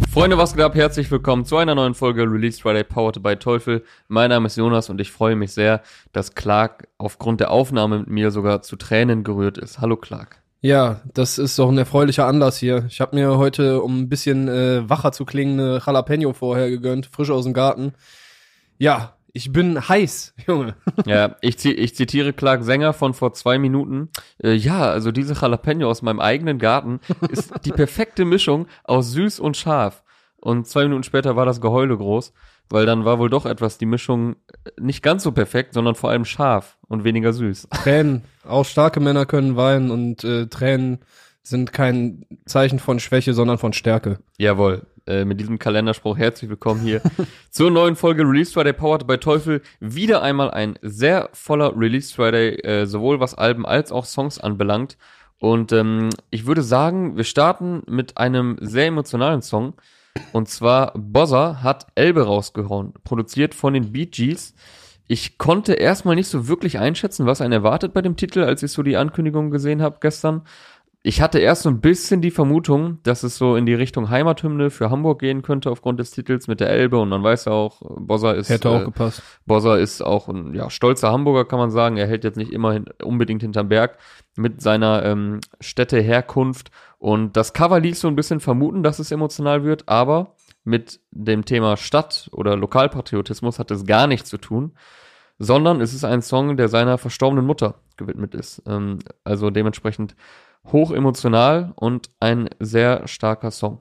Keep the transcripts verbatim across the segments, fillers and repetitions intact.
Freunde, was geht ab? Herzlich willkommen zu einer neuen Folge Release Friday Powered by Teufel. Mein Name ist Jonas und ich freue mich sehr, dass Clark aufgrund der Aufnahme mit mir sogar zu Tränen gerührt ist. Hallo Clark. Ja, das ist doch ein erfreulicher Anlass hier. Ich habe mir heute, um ein bisschen äh, wacher zu klingen, eine Jalapeno vorher gegönnt, frisch aus dem Garten. Ja, ich bin heiß, Junge. Ja, ich, zi- ich zitiere Clark Sänger von vor zwei Minuten. Äh, ja, also diese Jalapeno aus meinem eigenen Garten ist die perfekte Mischung aus süß und scharf. Und zwei Minuten später war das Geheule groß, weil dann war wohl doch etwas die Mischung nicht ganz so perfekt, sondern vor allem scharf und weniger süß. Tränen, auch starke Männer können weinen und äh, Tränen sind kein Zeichen von Schwäche, sondern von Stärke. Jawohl, äh, mit diesem Kalenderspruch herzlich willkommen hier zur neuen Folge Release Friday Powered by Teufel. Wieder einmal ein sehr voller Release Friday, äh, sowohl was Alben als auch Songs anbelangt. Und ähm, ich würde sagen, wir starten mit einem sehr emotionalen Song. Und zwar Bozza hat Elbe rausgehauen, produziert von den Bee Gees. Ich konnte erstmal nicht so wirklich einschätzen, was einen erwartet bei dem Titel, als ich so die Ankündigung gesehen habe gestern. Ich hatte erst so ein bisschen die Vermutung, dass es so in die Richtung Heimathymne für Hamburg gehen könnte aufgrund des Titels mit der Elbe. Und man weiß ja auch, Bozza ist Hätte auch äh, gepasst. Bozza ist auch ein ja, stolzer Hamburger, kann man sagen. Er hält jetzt nicht immer hin, unbedingt hinterm Berg mit seiner ähm, Städteherkunft. Und das Cover ließ so ein bisschen vermuten, dass es emotional wird, aber mit dem Thema Stadt- oder Lokalpatriotismus hat es gar nichts zu tun, sondern es ist ein Song, der seiner verstorbenen Mutter gewidmet ist. Ähm, also dementsprechend hoch emotional und ein sehr starker Song.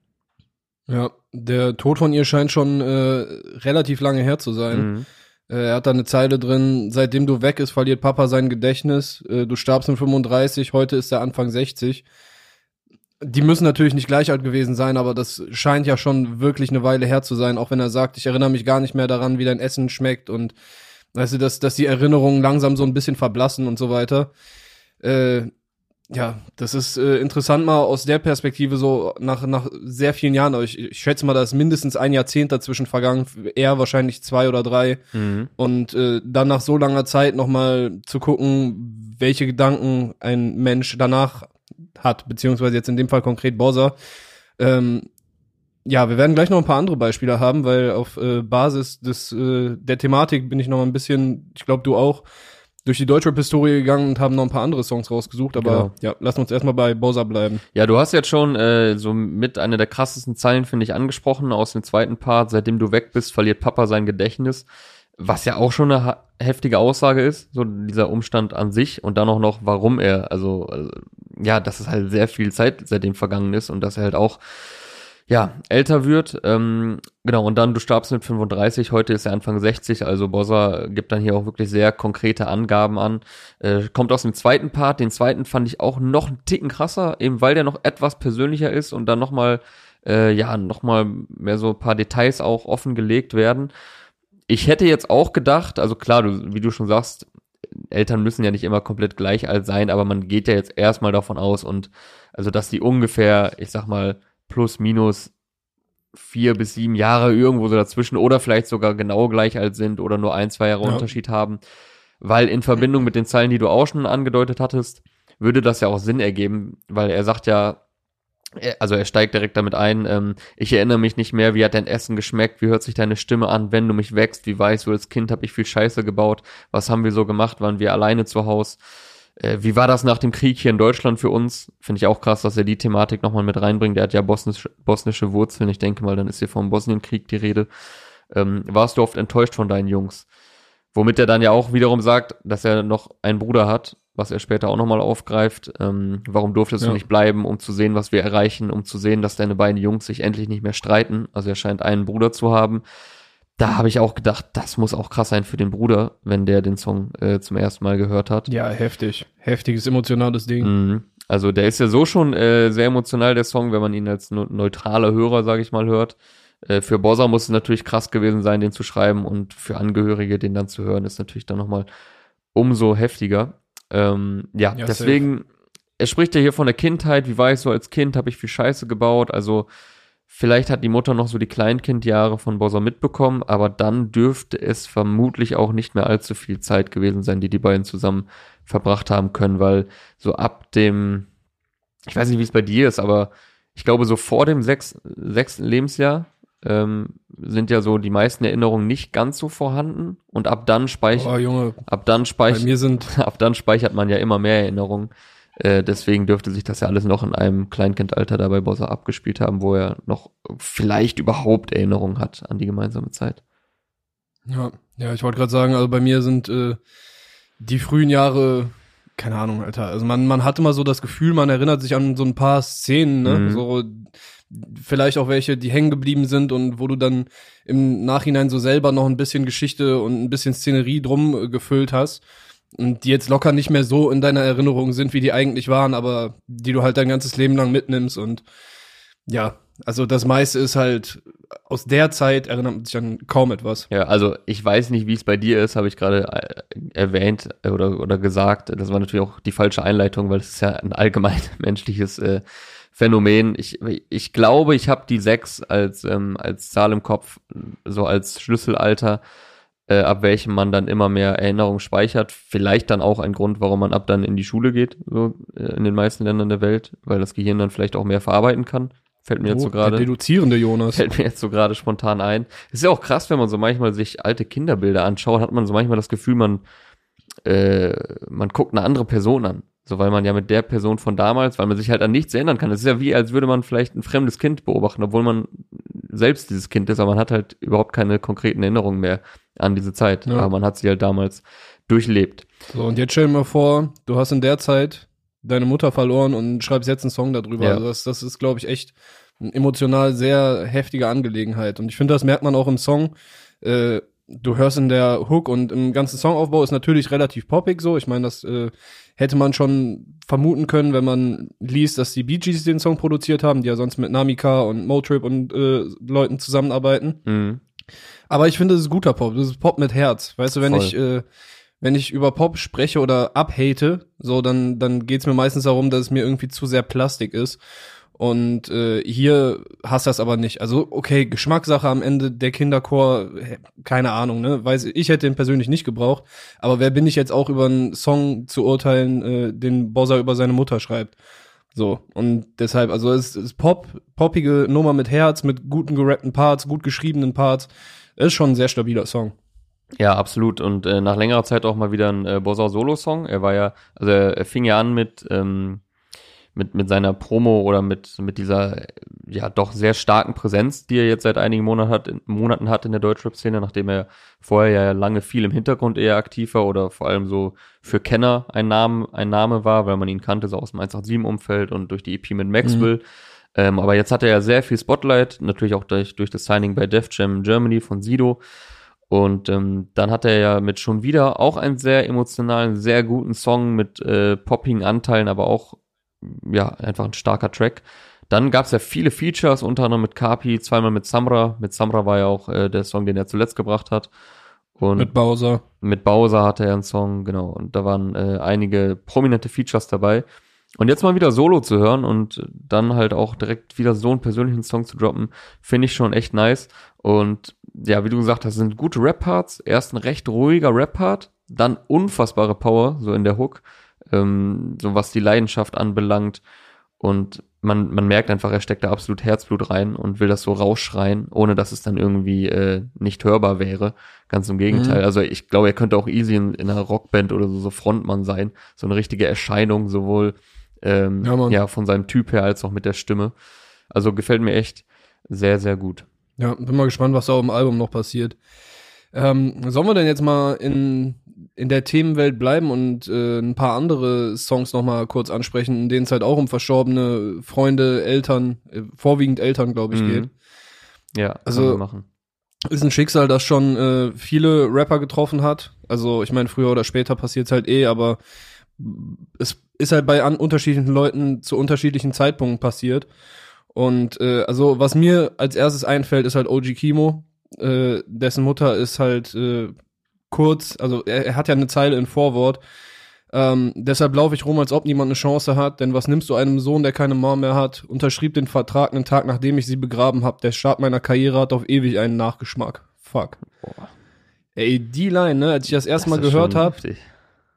Ja, der Tod von ihr scheint schon äh, relativ lange her zu sein. Mhm. Äh, er hat da eine Zeile drin: Seitdem du weg ist, verliert Papa sein Gedächtnis. Äh, du starbst mit fünfunddreißig, heute ist er Anfang sechzig. Die müssen natürlich nicht gleich alt gewesen sein, aber das scheint ja schon wirklich eine Weile her zu sein, auch wenn er sagt, ich erinnere mich gar nicht mehr daran, wie dein Essen schmeckt und weißt du, dass, dass die Erinnerungen langsam so ein bisschen verblassen und so weiter. Äh, ja, das ist äh, interessant mal aus der Perspektive so nach, nach sehr vielen Jahren, aber ich, ich schätze mal, da ist mindestens ein Jahrzehnt dazwischen vergangen, eher wahrscheinlich zwei oder drei. Mhm. Und äh, dann nach so langer Zeit nochmal zu gucken, welche Gedanken ein Mensch danach hat, beziehungsweise jetzt in dem Fall konkret Bozza. Ähm, ja, wir werden gleich noch ein paar andere Beispiele haben, weil auf äh, Basis des äh, der Thematik bin ich noch mal ein bisschen, ich glaube du auch, durch die Deutschrap-Historie gegangen und haben noch ein paar andere Songs rausgesucht, aber Genau. ja, lassen uns erstmal bei Bozza bleiben. Ja, du hast jetzt schon äh, so mit einer der krassesten Zeilen, finde ich, angesprochen aus dem zweiten Part. Seitdem du weg bist, verliert Papa sein Gedächtnis. Was ja auch schon eine ha- heftige Aussage ist, so dieser Umstand an sich und dann auch noch, warum er, also, also ja, dass es halt sehr viel Zeit seitdem vergangen ist und dass er halt auch, ja, älter wird. Ähm, genau, und dann, du starbst mit fünfunddreißig, heute ist er Anfang sechzig, also Bozza gibt dann hier auch wirklich sehr konkrete Angaben an. Äh, kommt aus dem zweiten Part, den zweiten fand ich auch noch einen Ticken krasser, eben weil der noch etwas persönlicher ist und dann nochmal, äh, ja, nochmal mehr so ein paar Details auch offengelegt werden. Ich hätte jetzt auch gedacht, also klar, du, wie du schon sagst, Eltern müssen ja nicht immer komplett gleich alt sein, aber man geht ja jetzt erstmal davon aus und also, dass die ungefähr, ich sag mal, plus minus vier bis sieben Jahre irgendwo so dazwischen oder vielleicht sogar genau gleich alt sind oder nur ein, zwei Jahre Ja. Unterschied haben, weil in Verbindung mit den Zeilen, die du auch schon angedeutet hattest, würde das ja auch Sinn ergeben, weil er sagt ja, also er steigt direkt damit ein, ähm, ich erinnere mich nicht mehr, wie hat dein Essen geschmeckt, wie hört sich deine Stimme an, wenn du mich wächst, wie weißt du, als Kind habe ich viel Scheiße gebaut, was haben wir so gemacht, waren wir alleine zu Hause, äh, wie war das nach dem Krieg hier in Deutschland für uns, finde ich auch krass, dass er die Thematik nochmal mit reinbringt, der hat ja bosnisch, bosnische Wurzeln, ich denke mal, dann ist hier vom Bosnienkrieg die Rede, ähm, warst du oft enttäuscht von deinen Jungs, womit er dann ja auch wiederum sagt, dass er noch einen Bruder hat, was er später auch nochmal aufgreift. Ähm, warum durftest Ja. du nicht bleiben, um zu sehen, was wir erreichen, um zu sehen, dass deine beiden Jungs sich endlich nicht mehr streiten. Also er scheint einen Bruder zu haben. Da habe ich auch gedacht, das muss auch krass sein für den Bruder, wenn der den Song äh, zum ersten Mal gehört hat. Ja, heftig. Heftiges, emotionales Ding. Mhm. Also der ist ja so schon äh, sehr emotional, der Song, wenn man ihn als ne- neutraler Hörer, sage ich mal, hört. Äh, für Bozza muss es natürlich krass gewesen sein, den zu schreiben und für Angehörige, den dann zu hören, ist natürlich dann nochmal umso heftiger. Ähm, ja, Ja, deswegen, er spricht ja hier von der Kindheit, wie war ich so als Kind, habe ich viel Scheiße gebaut, also vielleicht hat die Mutter noch so die Kleinkindjahre von Bozza mitbekommen, aber dann dürfte es vermutlich auch nicht mehr allzu viel Zeit gewesen sein, die die beiden zusammen verbracht haben können, weil so ab dem, ich weiß nicht, wie es bei dir ist, aber ich glaube, so vor dem sechs, sechsten Lebensjahr ähm, sind ja so die meisten Erinnerungen nicht ganz so vorhanden und ab dann speichert, Oh, Junge, ab dann bei speichert, mir sind, ab dann speichert man ja immer mehr Erinnerungen. Äh, deswegen dürfte sich das ja alles noch in einem Kleinkindalter dabei Bossa abgespielt haben, wo er noch vielleicht überhaupt Erinnerungen hat an die gemeinsame Zeit. ja, ja, ich wollte gerade sagen, also bei mir sind äh, die frühen Jahre, keine Ahnung, Alter, also man, man hat immer so das Gefühl, man erinnert sich an so ein paar Szenen, ne, Mhm. so vielleicht auch welche, die hängen geblieben sind und wo du dann im Nachhinein so selber noch ein bisschen Geschichte und ein bisschen Szenerie drum äh, gefüllt hast und die jetzt locker nicht mehr so in deiner Erinnerung sind, wie die eigentlich waren, aber die du halt dein ganzes Leben lang mitnimmst und ja, also das meiste ist halt, aus der Zeit erinnert man sich an kaum etwas. Ja, also ich weiß nicht, wie es bei dir ist, habe ich gerade äh, erwähnt äh, oder oder gesagt. Das war natürlich auch die falsche Einleitung, weil es ist ja ein allgemein menschliches äh, Phänomen. Ich ich glaube, ich habe die sechs als ähm, als Zahl im Kopf, so als Schlüsselalter, äh, ab welchem man dann immer mehr Erinnerungen speichert. Vielleicht dann auch ein Grund, warum man ab dann in die Schule geht, so äh, in den meisten Ländern der Welt, weil das Gehirn dann vielleicht auch mehr verarbeiten kann. Fällt mir jetzt so Oh, der gerade. deduzierende Jonas. Fällt mir jetzt so gerade spontan ein. Es ist ja auch krass, wenn man so manchmal sich alte Kinderbilder anschaut, hat man so manchmal das Gefühl, man äh, man guckt eine andere Person an. So, weil man ja mit der Person von damals, weil man sich halt an nichts erinnern kann. Es ist ja wie, als würde man vielleicht ein fremdes Kind beobachten, obwohl man selbst dieses Kind ist, aber man hat halt überhaupt keine konkreten Erinnerungen mehr an diese Zeit. Ja. Aber man hat sie halt damals durchlebt. So, und jetzt stell dir mal vor, du hast in der Zeit deine Mutter verloren und schreibst jetzt einen Song darüber. Ja. Also das, das ist, glaube ich, echt eine emotional sehr heftige Angelegenheit. Und ich finde, das merkt man auch im Song. Äh, du hörst in der Hook und im ganzen Songaufbau ist natürlich relativ poppig so. Ich meine, das äh, hätte man schon vermuten können, wenn man liest, dass die Bee Gees den Song produziert haben, die ja sonst mit Namika und Motrip und äh, Leuten zusammenarbeiten. Mhm. Aber ich finde, das ist guter Pop. Das ist Pop mit Herz. Weißt du, wenn Voll. ich äh, wenn ich über Pop spreche oder abhate, so dann dann geht's mir meistens darum, dass es mir irgendwie zu sehr Plastik ist. Und äh, hier hast du das aber nicht. Also okay, Geschmackssache am Ende, der Kinderchor, hä, keine Ahnung, ne? Weiß ich hätte den persönlich nicht gebraucht. Aber wer bin ich jetzt auch über einen Song zu urteilen, äh, den Bossa über seine Mutter schreibt? So, und deshalb, also es ist Pop, poppige Nummer mit Herz, mit guten gerappten Parts, gut geschriebenen Parts. Ist schon ein sehr stabiler Song. Ja, absolut. Und äh, nach längerer Zeit auch mal wieder ein äh, Bossa-Solo-Song. Er war ja, also er, er fing ja an mit, ähm, mit, mit seiner Promo oder mit, mit dieser, äh, ja, doch sehr starken Präsenz, die er jetzt seit einigen Monaten hat, in, Monaten hat in der Deutschrap-Szene, nachdem er vorher ja lange viel im Hintergrund eher aktiv war oder vor allem so für Kenner ein Name, ein Name war, weil man ihn kannte, so aus dem eins acht sieben-Umfeld und durch die E P mit Maxwell. Mhm. Ähm, aber jetzt hat er ja sehr viel Spotlight, natürlich auch durch, durch das Signing bei Def Jam Germany von Sido. Und ähm, dann hat er ja mit schon wieder auch einen sehr emotionalen, sehr guten Song mit äh, poppigen Anteilen, aber auch ja einfach ein starker Track. Dann gab es ja viele Features, unter anderem mit Kapi, zweimal mit Samra. Mit Samra war ja auch äh, der Song, den er zuletzt gebracht hat. Und mit Bowser. Mit Bowser hatte er einen Song, genau. Und da waren äh, einige prominente Features dabei. Und jetzt mal wieder Solo zu hören und dann halt auch direkt wieder so einen persönlichen Song zu droppen, finde ich schon echt nice. Und ja, wie du gesagt hast, sind gute Rap-Parts. Erst ein recht ruhiger Rap-Part, dann unfassbare Power, so in der Hook, ähm, so was die Leidenschaft anbelangt. Und man man merkt einfach, er steckt da absolut Herzblut rein und will das so rausschreien, ohne dass es dann irgendwie äh, nicht hörbar wäre. Ganz im Gegenteil. Mhm. Also ich glaube, er könnte auch easy in, in einer Rockband oder so, so Frontmann sein. So eine richtige Erscheinung, sowohl ähm, ja, ja, von seinem Typ her als auch mit der Stimme. Also gefällt mir echt sehr, sehr gut. Ja, bin mal gespannt, was da auf dem Album noch passiert. Ähm, sollen wir denn jetzt mal in in der Themenwelt bleiben und äh, ein paar andere Songs noch mal kurz ansprechen, in denen es halt auch um verstorbene Freunde, Eltern, äh, vorwiegend Eltern, glaube ich, mhm. geht. Ja, also können wir machen. Ist ein Schicksal, das schon äh, viele Rapper getroffen hat. Also ich meine, früher oder später passiert's halt eh, aber es ist halt bei an unterschiedlichen Leuten zu unterschiedlichen Zeitpunkten passiert. Und äh, also was mir als erstes einfällt, ist halt O G Kimo. Äh, dessen Mutter ist halt äh, kurz, also er, er hat ja eine Zeile in Vorwort. Ähm, deshalb laufe ich rum, als ob niemand eine Chance hat, denn was nimmst du einem Sohn, der keine Mom mehr hat? Unterschrieb den Vertrag einen Tag, nachdem ich sie begraben hab. Der Start meiner Karriere hat auf ewig einen Nachgeschmack. Fuck. Boah. Ey, die Line, ne, als ich das erste Mal gehört habe,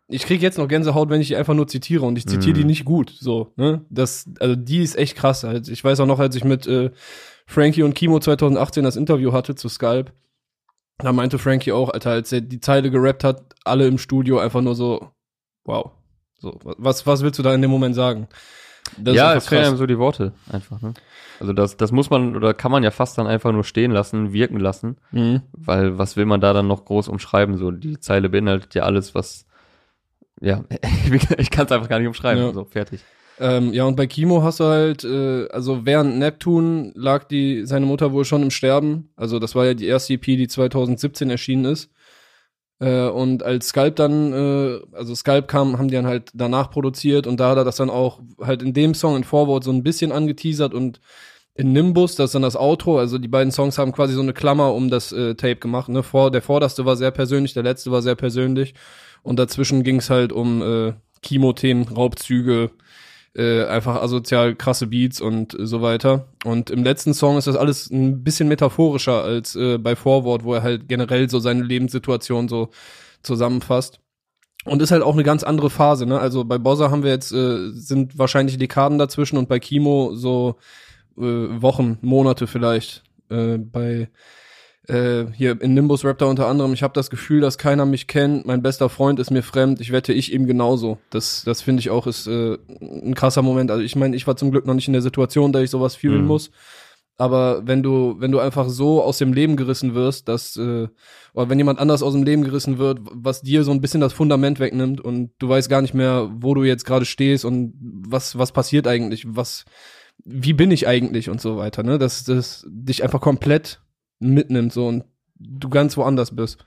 ich krieg jetzt noch Gänsehaut, wenn ich die einfach nur zitiere und ich zitiere Mhm. die nicht gut, so, ne? Das, also die ist echt krass. Also ich weiß auch noch, als ich mit äh, Frankie und Kimo zwanzig achtzehn das Interview hatte zu Sculp, da meinte Frankie auch, Alter, als er die Zeile gerappt hat, alle im Studio einfach nur so, wow. So, was, was willst du da in dem Moment sagen? Das ja, ist es fehlen einem so die Worte einfach, ne? Also das, das muss man oder kann man ja fast dann einfach nur stehen lassen, wirken lassen, Mhm. weil was will man da dann noch groß umschreiben? So, die Zeile beinhaltet ja alles, was, ja, ich kann es einfach gar nicht umschreiben, Ja. so, fertig. Ähm, ja, und bei Kimo hast du halt, äh, also während Neptun lag die, seine Mutter wohl schon im Sterben. Also das war ja die erste E P, die zwanzig siebzehn erschienen ist. Äh, und als Sculp dann, äh, also Sculp kam, haben die dann halt danach produziert und da hat er das dann auch halt in dem Song in Forward so ein bisschen angeteasert und in Nimbus, das ist dann das Outro, also die beiden Songs haben quasi so eine Klammer um das äh, Tape gemacht, ne? Vor, der vorderste war sehr persönlich, der letzte war sehr persönlich und dazwischen ging's halt um äh, Kimo-Themen, Raubzüge, äh, einfach asozial krasse Beats und äh, so weiter. Und im letzten Song ist das alles ein bisschen metaphorischer als äh, bei Forward, wo er halt generell so seine Lebenssituation so zusammenfasst. Und ist halt auch eine ganz andere Phase, ne? Also bei Bozza haben wir jetzt, äh, sind wahrscheinlich Dekaden dazwischen und bei Kimo so äh, Wochen, Monate vielleicht. Äh, bei äh, hier in Nimbus rappt er unter anderem, ich habe das Gefühl, dass keiner mich kennt, mein bester Freund ist mir fremd, ich wette, ich ihm genauso. Das, das finde ich auch ist äh, ein krasser Moment. Also ich meine, ich war zum Glück noch nicht in der Situation, dass ich sowas fühlen Mhm. muss. Aber wenn du, wenn du einfach so aus dem Leben gerissen wirst, dass, äh, oder wenn jemand anders aus dem Leben gerissen wird, was dir so ein bisschen das Fundament wegnimmt und du weißt gar nicht mehr, wo du jetzt gerade stehst und was, was passiert eigentlich, was, wie bin ich eigentlich und so weiter, ne, dass das dich einfach komplett mitnimmt, so, und du ganz woanders bist.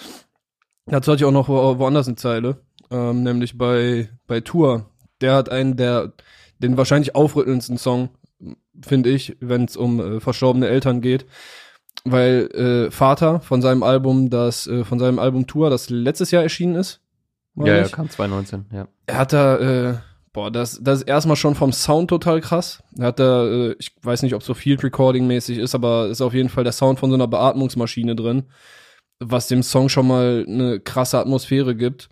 Dazu hatte ich auch noch wo, woanders eine Zeile, ähm, nämlich bei, bei Tour. Der hat einen der, den wahrscheinlich aufrüttelndsten Song, finde ich, wenn es um äh, verstorbene Eltern geht, weil äh, Vater von seinem Album, das äh, von seinem Album Tour, das letztes Jahr erschienen ist, Ja, ja, ich. kam zwanzig neunzehn, ja. Er hat da, äh, boah, das, das ist erstmal schon vom Sound total krass. Er hat da, äh, ich weiß nicht, ob so Field Recording mäßig ist, aber ist auf jeden Fall der Sound von so einer Beatmungsmaschine drin, was dem Song schon mal eine krasse Atmosphäre gibt.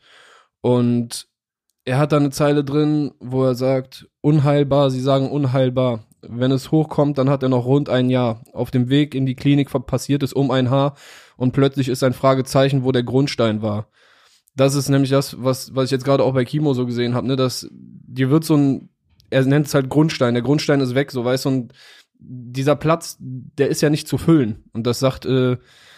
Und er hat da eine Zeile drin, wo er sagt, unheilbar, sie sagen unheilbar. Wenn es hochkommt, dann hat er noch rund ein Jahr. Auf dem Weg in die Klinik passiert es um ein Haar und plötzlich ist ein Fragezeichen, wo der Grundstein war. Das ist nämlich das, was, was ich jetzt gerade auch bei Kimo so gesehen habe, ne, dass dir wird so ein, er nennt es halt Grundstein, der Grundstein ist weg, so, weißt du, und dieser Platz, der ist ja nicht zu füllen. Und das sagt, äh,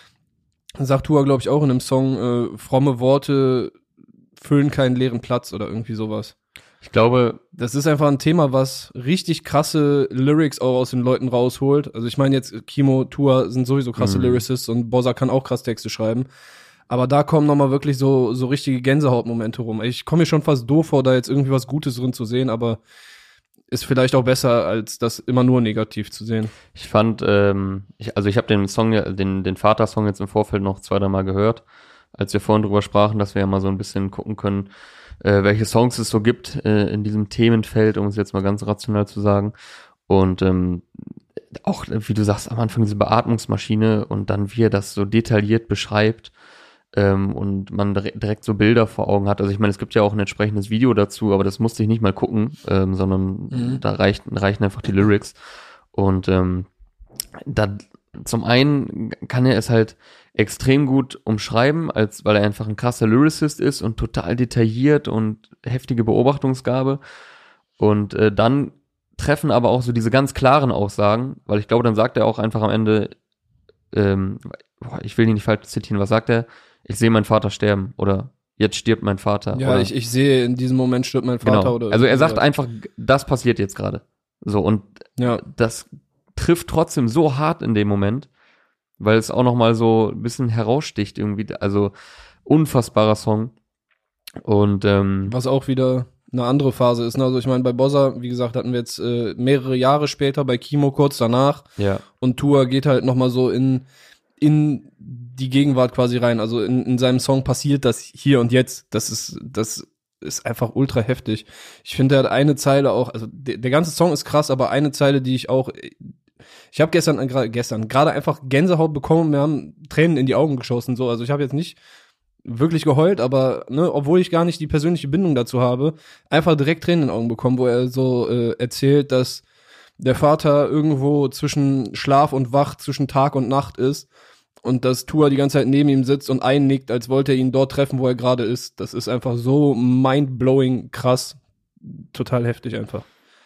sagt Tua, glaube ich, auch in einem Song, äh, fromme Worte füllen keinen leeren Platz oder irgendwie sowas. Ich glaube, Das ist einfach ein Thema, was richtig krasse Lyrics auch aus den Leuten rausholt. Also ich meine jetzt, Kimo, Tua sind sowieso krasse Mhm. Lyricists und Bozza kann auch krass Texte schreiben. Aber da kommen nochmal wirklich so, so richtige Gänsehautmomente rum. Ich komme mir schon fast doof vor, da jetzt irgendwie was Gutes drin zu sehen, aber ist vielleicht auch besser, als das immer nur negativ zu sehen. ich fand, ähm, ich, also ich habe den Song, ja- den, den Vater-Song jetzt im Vorfeld noch zwei, drei Mal gehört, als wir vorhin drüber sprachen, dass wir ja mal so ein bisschen gucken können, äh, welche Songs es so gibt äh, in diesem Themenfeld, um es jetzt mal ganz rational zu sagen. Und ähm, auch, wie du sagst, am Anfang diese Beatmungsmaschine und dann wie er das so detailliert beschreibt, ähm, und man dire- direkt so Bilder vor Augen hat. Also ich meine, es gibt ja auch ein entsprechendes Video dazu, aber das musste ich nicht mal gucken, ähm, sondern Mhm. da reicht, reichen einfach die Lyrics. Und ähm, da zum einen kann er es halt extrem gut umschreiben, als weil er einfach ein krasser Lyricist ist und total detailliert und heftige Beobachtungsgabe. Und äh, dann treffen aber auch so diese ganz klaren Aussagen, weil ich glaube, dann sagt er auch einfach am Ende, ähm, boah, ich will ihn nicht falsch zitieren, was sagt er? Ich sehe meinen Vater sterben oder jetzt stirbt mein Vater. Ja, oder, ich, ich sehe, in diesem Moment stirbt mein Vater genau. oder Also er sagt sowas. einfach, das passiert jetzt gerade. So, und Ja, das trifft trotzdem so hart in dem Moment, weil es auch nochmal so ein bisschen heraussticht irgendwie. Also unfassbarer Song. Und ähm, was auch wieder eine andere Phase ist. Ne? Also ich meine, bei Bozza, wie gesagt, hatten wir jetzt äh, mehrere Jahre später, bei Kimo kurz danach. ja, Und Tua geht halt nochmal so in, in die Gegenwart quasi rein. Also in, in seinem Song passiert das hier und jetzt. Das ist, das ist einfach ultra heftig. Ich finde, er hat eine Zeile auch, also der, der ganze Song ist krass, aber eine Zeile, die ich auch, ich habe gestern, gerade gestern, gerade einfach Gänsehaut bekommen und mir haben Tränen in die Augen geschossen. So, also ich habe jetzt nicht wirklich geheult, aber ne, obwohl ich gar nicht die persönliche Bindung dazu habe, einfach direkt Tränen in den Augen bekommen, wo er so äh, erzählt, dass der Vater irgendwo zwischen Schlaf und Wach, zwischen Tag und Nacht ist und dass Tua die ganze Zeit neben ihm sitzt und einnickt, als wollte er ihn dort treffen, wo er gerade ist. Das ist einfach so mindblowing krass. Total heftig einfach.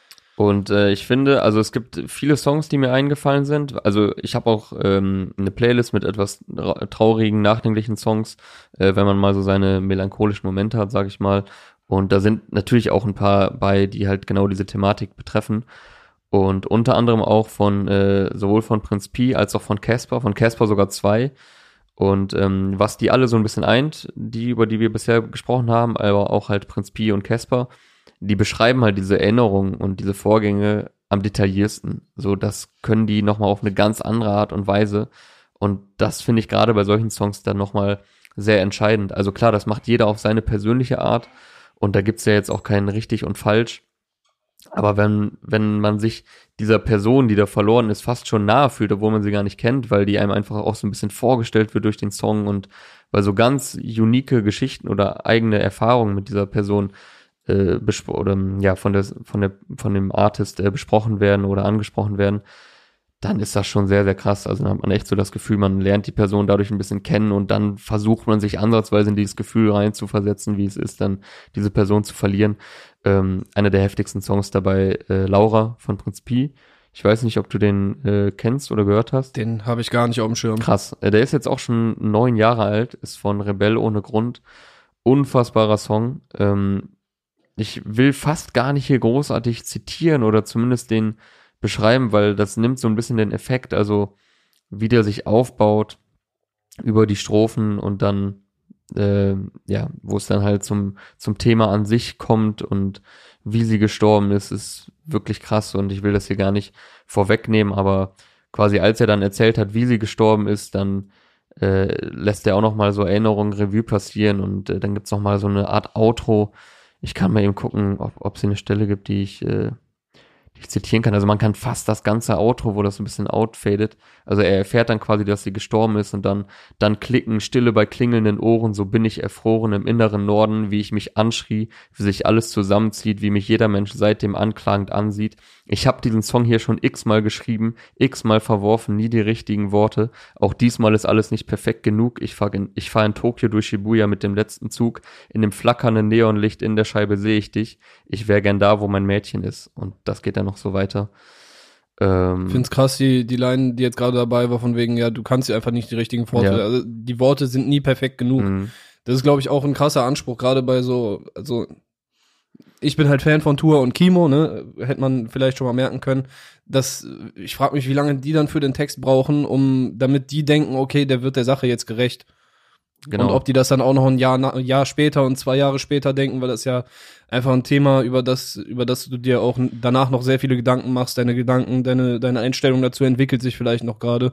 Und äh, ich finde, also es gibt viele Songs, die mir eingefallen sind. Also ich habe auch ähm, eine Playlist mit etwas traurigen, nachdenklichen Songs, äh, wenn man mal so seine melancholischen Momente hat, sag ich mal. Und da sind natürlich auch ein paar bei, die halt genau diese Thematik betreffen. Und unter anderem auch von äh, sowohl von Prinz Pi als auch von Casper, von Casper sogar zwei. Und ähm, was die alle so ein bisschen eint, die, über die wir bisher gesprochen haben, aber auch halt Prinz Pi und Casper, die beschreiben halt diese Erinnerungen und diese Vorgänge am detailliersten. So, das können die nochmal auf eine ganz andere Art und Weise. Und das finde ich gerade bei solchen Songs dann nochmal sehr entscheidend. Also klar, das macht jeder auf seine persönliche Art. Und da gibt's ja jetzt auch keinen richtig und falsch. Aber wenn, wenn man sich dieser Person, die da verloren ist, fast schon nahe fühlt, obwohl man sie gar nicht kennt, weil die einem einfach auch so ein bisschen vorgestellt wird durch den Song und weil so ganz unique Geschichten oder eigene Erfahrungen mit dieser Person äh, besp- oder ja von der von der von dem Artist äh, besprochen werden oder angesprochen werden, dann ist das schon sehr, sehr krass. Also dann hat man echt so das Gefühl, man lernt die Person dadurch ein bisschen kennen und dann versucht man sich ansatzweise in dieses Gefühl reinzuversetzen, wie es ist, dann diese Person zu verlieren. Ähm, einer der heftigsten Songs dabei, äh, Laura von Prinz Pi. Ich weiß nicht, ob du den äh, kennst oder gehört hast. Den habe ich gar nicht auf dem Schirm. Krass. Äh, der ist jetzt auch schon neun Jahre alt, ist von Rebell ohne Grund. Unfassbarer Song. Ähm, ich will fast gar nicht hier großartig zitieren oder zumindest den beschreiben, weil das nimmt so ein bisschen den Effekt, also wie der sich aufbaut über die Strophen und dann äh, ja, wo es dann halt zum zum Thema an sich kommt und wie sie gestorben ist, ist wirklich krass und ich will das hier gar nicht vorwegnehmen, aber quasi als er dann erzählt hat, wie sie gestorben ist, dann äh, lässt er auch nochmal so Erinnerungen Revue passieren und äh, dann gibt's noch mal so eine Art Outro. Ich kann mal eben gucken, ob ob es eine Stelle gibt, die ich äh, die ich zitieren kann. Also man kann fast das ganze Outro, wo das so ein bisschen outfadet. Also er erfährt dann quasi, dass sie gestorben ist und dann dann klicken, Stille bei klingelnden Ohren, so bin ich erfroren im inneren Norden, wie ich mich anschrie, wie sich alles zusammenzieht, wie mich jeder Mensch seitdem anklagend ansieht. Ich habe diesen Song hier schon x-mal geschrieben, x-mal verworfen, nie die richtigen Worte. Auch diesmal ist alles nicht perfekt genug. Ich fahre in, ich fahr in Tokio durch Shibuya mit dem letzten Zug. In dem flackernden Neonlicht in der Scheibe sehe ich dich. Ich wäre gern da, wo mein Mädchen ist. Und das geht dann noch so weiter. Ähm, Ich find's krass, die, die Line, die jetzt gerade dabei war, von wegen, ja, du kannst dir einfach nicht die richtigen Worte, Ja. also die Worte sind nie perfekt genug. mh, Das ist, glaube ich, auch ein krasser Anspruch, gerade bei so, also ich bin halt Fan von Tua und Kimo, ne, hätte man vielleicht schon mal merken können, dass, ich frage mich, wie lange die dann für den Text brauchen, um, damit die denken, okay, der wird der Sache jetzt gerecht. genau. Und ob die das dann auch noch ein Jahr, na- ein Jahr später und zwei Jahre später denken, weil das ja einfach ein Thema, über das, über das du dir auch danach noch sehr viele Gedanken machst, deine Gedanken, deine, deine Einstellung dazu entwickelt sich vielleicht noch gerade.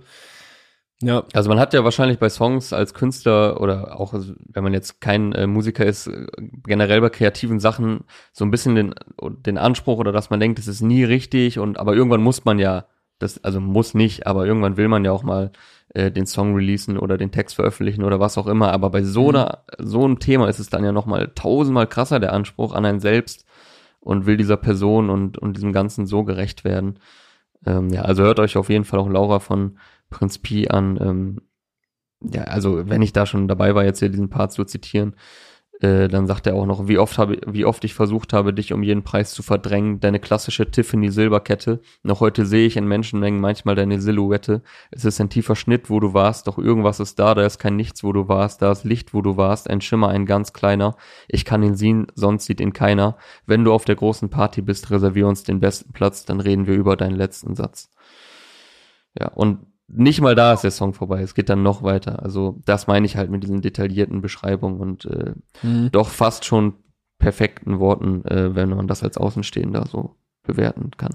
Ja, Also man hat ja wahrscheinlich bei Songs als Künstler oder auch, also wenn man jetzt kein äh, Musiker ist, äh, generell bei kreativen Sachen so ein bisschen den, den Anspruch oder dass man denkt, es ist nie richtig und aber irgendwann muss man ja, das also muss nicht, aber irgendwann will man ja auch mal äh, den Song releasen oder den Text veröffentlichen oder was auch immer. Aber bei so einer so einem Thema ist es dann ja noch mal tausendmal krasser der Anspruch an einen selbst und will dieser Person und und diesem Ganzen so gerecht werden. Ähm, ja, also hört euch auf jeden Fall auch Laura von Prinz Pi an. Ähm, ja, also wenn ich da schon dabei war, jetzt hier diesen Part zu zitieren, äh, dann sagt er auch noch, wie oft habe, wie oft ich versucht habe, dich um jeden Preis zu verdrängen, deine klassische Tiffany-Silberkette. Noch heute sehe ich in Menschenmengen manchmal deine Silhouette. Es ist ein tiefer Schnitt, wo du warst, doch irgendwas ist da, da ist kein Nichts, wo du warst, da ist Licht, wo du warst, ein Schimmer, ein ganz kleiner. Ich kann ihn sehen, sonst sieht ihn keiner. Wenn du auf der großen Party bist, reservier uns den besten Platz, dann reden wir über deinen letzten Satz. Ja, und nicht mal da ist der Song vorbei, es geht dann noch weiter. Also das meine ich halt mit diesen detaillierten Beschreibungen und äh, Mhm. doch fast schon perfekten Worten, äh, wenn man das als Außenstehender so bewerten kann.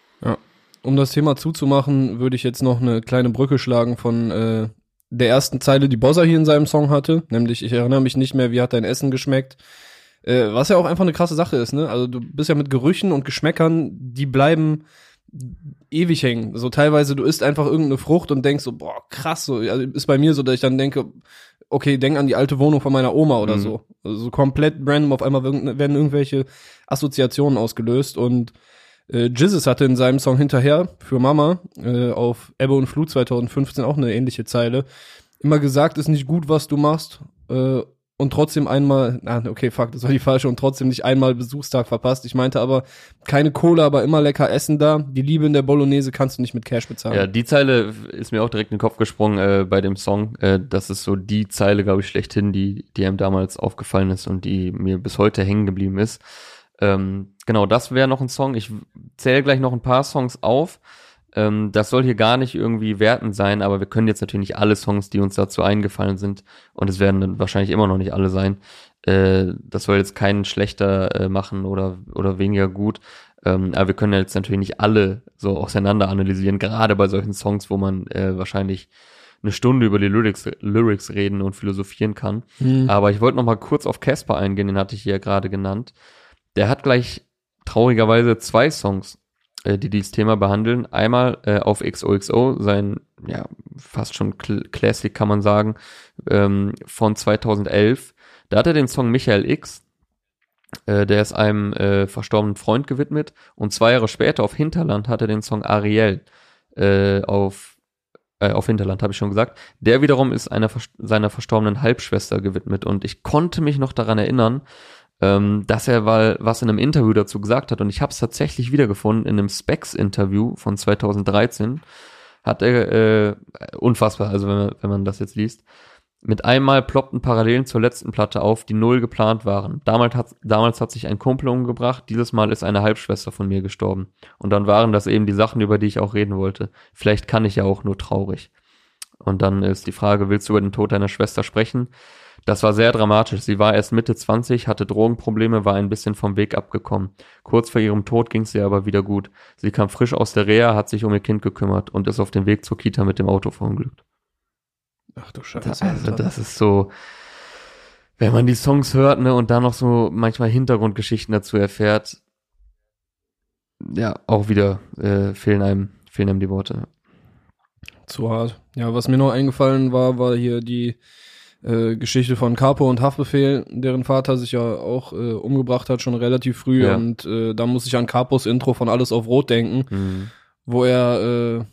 Um das Thema zuzumachen, würde ich jetzt noch eine kleine Brücke schlagen von äh, der ersten Zeile, die Bozza hier in seinem Song hatte, nämlich ich erinnere mich nicht mehr, wie hat dein Essen geschmeckt, äh, was ja auch einfach eine krasse Sache ist, ne? Also du bist ja mit Gerüchen und Geschmäckern, die bleiben ewig hängen. So teilweise, du isst einfach irgendeine Frucht und denkst so, boah, krass, so, also ist bei mir so, dass ich dann denke, okay, denk an die alte Wohnung von meiner Oma oder mhm. so. Also so komplett random, auf einmal werden irgendwelche Assoziationen ausgelöst und äh, Jizzes hatte in seinem Song Hinterher für Mama äh, auf Ebbe und Flut zwanzig fünfzehn auch eine ähnliche Zeile. Immer gesagt, ist nicht gut, was du machst, äh, und trotzdem einmal, ah, okay, fuck, das war die falsche, und trotzdem nicht einmal Besuchstag verpasst. Ich meinte aber, keine Kohle, aber immer lecker Essen da. Die Liebe in der Bolognese kannst du nicht mit Cash bezahlen. Ja, die Zeile ist mir auch direkt in den Kopf gesprungen äh, bei dem Song. Äh, das ist so die Zeile, glaube ich, schlechthin, die, die einem damals aufgefallen ist und die mir bis heute hängen geblieben ist. Ähm, genau, das wäre noch ein Song. Ich zähle gleich noch ein paar Songs auf. Ähm, das soll hier gar nicht irgendwie wertend sein, aber wir können jetzt natürlich nicht alle Songs, die uns dazu eingefallen sind, und es werden dann wahrscheinlich immer noch nicht alle sein, äh, das soll jetzt keinen schlechter äh, machen oder oder weniger gut, ähm, aber wir können jetzt natürlich nicht alle so auseinander analysieren, gerade bei solchen Songs, wo man äh, wahrscheinlich eine Stunde über die Lyrics, Lyrics reden und philosophieren kann. Mhm. Aber ich wollte noch mal kurz auf Caspar eingehen, den hatte ich hier gerade genannt. Der hat gleich traurigerweise zwei Songs, die dieses Thema behandeln. Einmal äh, auf X O X O, sein, ja, fast schon Cl- Classic, kann man sagen, ähm, von zweitausendelf. Da hat er den Song Michael X, äh, der ist einem äh, verstorbenen Freund gewidmet, und zwei Jahre später auf Hinterland hat er den Song Ariel äh, auf äh, auf Hinterland, habe ich schon gesagt. Der wiederum ist einer vers- seiner verstorbenen Halbschwester gewidmet, und ich konnte mich noch daran erinnern, Ähm, dass er mal was in einem Interview dazu gesagt hat, und ich habe es tatsächlich wiedergefunden in einem Specs-Interview von zweitausenddreizehn, hat er, äh, unfassbar, also wenn man, wenn man das jetzt liest, mit einmal ploppten Parallelen zur letzten Platte auf, die null geplant waren. Damals hat, damals hat sich ein Kumpel umgebracht, dieses Mal ist eine Halbschwester von mir gestorben. Und dann waren das eben die Sachen, über die ich auch reden wollte. Vielleicht kann ich ja auch nur traurig. Und dann ist die Frage, willst du über den Tod deiner Schwester sprechen? Das war sehr dramatisch. Sie war erst Mitte zwanzig, hatte Drogenprobleme, war ein bisschen vom Weg abgekommen. Kurz vor ihrem Tod ging es ihr aber wieder gut. Sie kam frisch aus der Reha, hat sich um ihr Kind gekümmert und ist auf dem Weg zur Kita mit dem Auto verunglückt. Ach du Scheiße. Also das ist so, wenn man die Songs hört, ne, und dann noch so manchmal Hintergrundgeschichten dazu erfährt, ja, auch wieder äh, fehlen einem, fehlen einem die Worte. Zu hart. Ja, was mir noch eingefallen war, war hier die Äh, Geschichte von Capo und Haftbefehl, deren Vater sich ja auch äh, umgebracht hat, schon relativ früh. Ja. Und äh, da muss ich an Capos Intro von Alles auf Rot denken, mhm. wo er äh,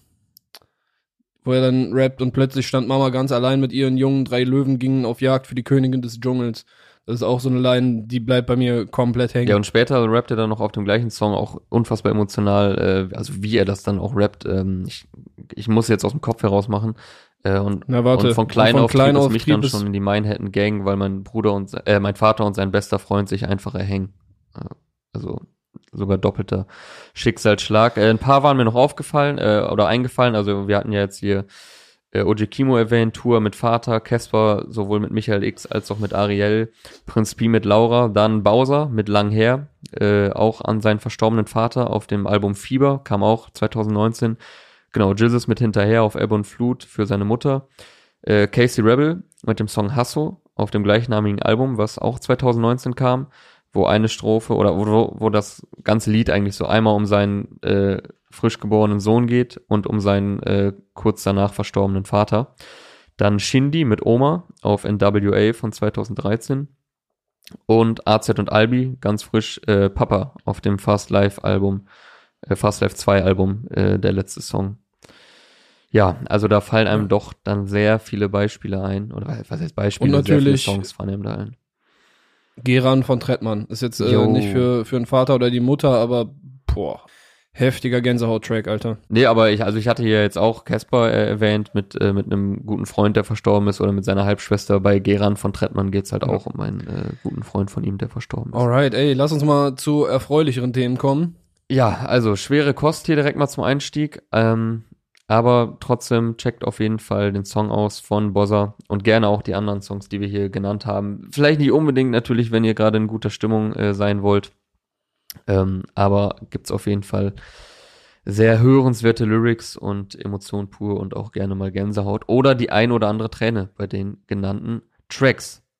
wo er dann rappt und plötzlich stand Mama ganz allein mit ihren Jungen, drei Löwen gingen auf Jagd für die Königin des Dschungels. Das ist auch so eine Line, die bleibt bei mir komplett hängen. Ja, und später rappt er dann noch auf dem gleichen Song auch unfassbar emotional, äh, also wie er das dann auch rappt. Ähm, ich, ich muss jetzt aus dem Kopf heraus machen. Äh, und, Na, warte. und von klein von auf klein trieb es auf mich dann schon in die Manhattan Gang, weil mein Bruder und äh, mein Vater und sein bester Freund sich einfach erhängen. Äh, also sogar doppelter Schicksalsschlag. Äh, ein paar waren mir noch aufgefallen äh, oder eingefallen. Also wir hatten ja jetzt hier äh, O J Kimo erwähnt, Tour mit Vater, Caspar sowohl mit Michael X als auch mit Ariel, Prinz Pi mit Laura, dann Bowser mit Lang Hair, äh, auch an seinen verstorbenen Vater auf dem Album Fieber, kam auch zweitausendneunzehn. Genau, Jizzes mit Hinterher auf Ebbe und Flut für seine Mutter. Äh, Casey Rebel mit dem Song Hasso auf dem gleichnamigen Album, was auch zweitausendneunzehn kam, wo eine Strophe oder wo, wo das ganze Lied eigentlich so einmal um seinen äh, frisch geborenen Sohn geht und um seinen äh, kurz danach verstorbenen Vater. Dann Shindy mit Oma auf N W A von zweitausenddreizehn und A Z und Albi ganz frisch äh, Papa auf dem Fast Life Album. Fast Life zwei Album, äh, der letzte Song. Ja, also da fallen einem ja. doch dann sehr viele Beispiele ein. Oder was heißt Beispiele? Und natürlich sehr viele Songs fallen einem da ein. Geran von Trettmann. Ist jetzt äh, nicht für, für den Vater oder die Mutter, aber boah, heftiger Gänsehaut-Track, Alter. Nee, aber ich, also ich hatte hier jetzt auch Caspar äh, erwähnt mit, äh, mit einem guten Freund, der verstorben ist, oder mit seiner Halbschwester. Bei Geran von Trettmann geht's halt ja. auch um einen äh, guten Freund von ihm, der verstorben ist. Alright, ey, lass uns mal zu erfreulicheren Themen kommen. Ja, also schwere Kost hier direkt mal zum Einstieg, ähm, aber trotzdem checkt auf jeden Fall den Song aus von Bozza und gerne auch die anderen Songs, die wir hier genannt haben. Vielleicht nicht unbedingt natürlich, wenn ihr gerade in guter Stimmung äh, sein wollt, ähm, aber gibt's auf jeden Fall sehr hörenswerte Lyrics und Emotion pur und auch gerne mal Gänsehaut oder die ein oder andere Träne bei den genannten Tracks.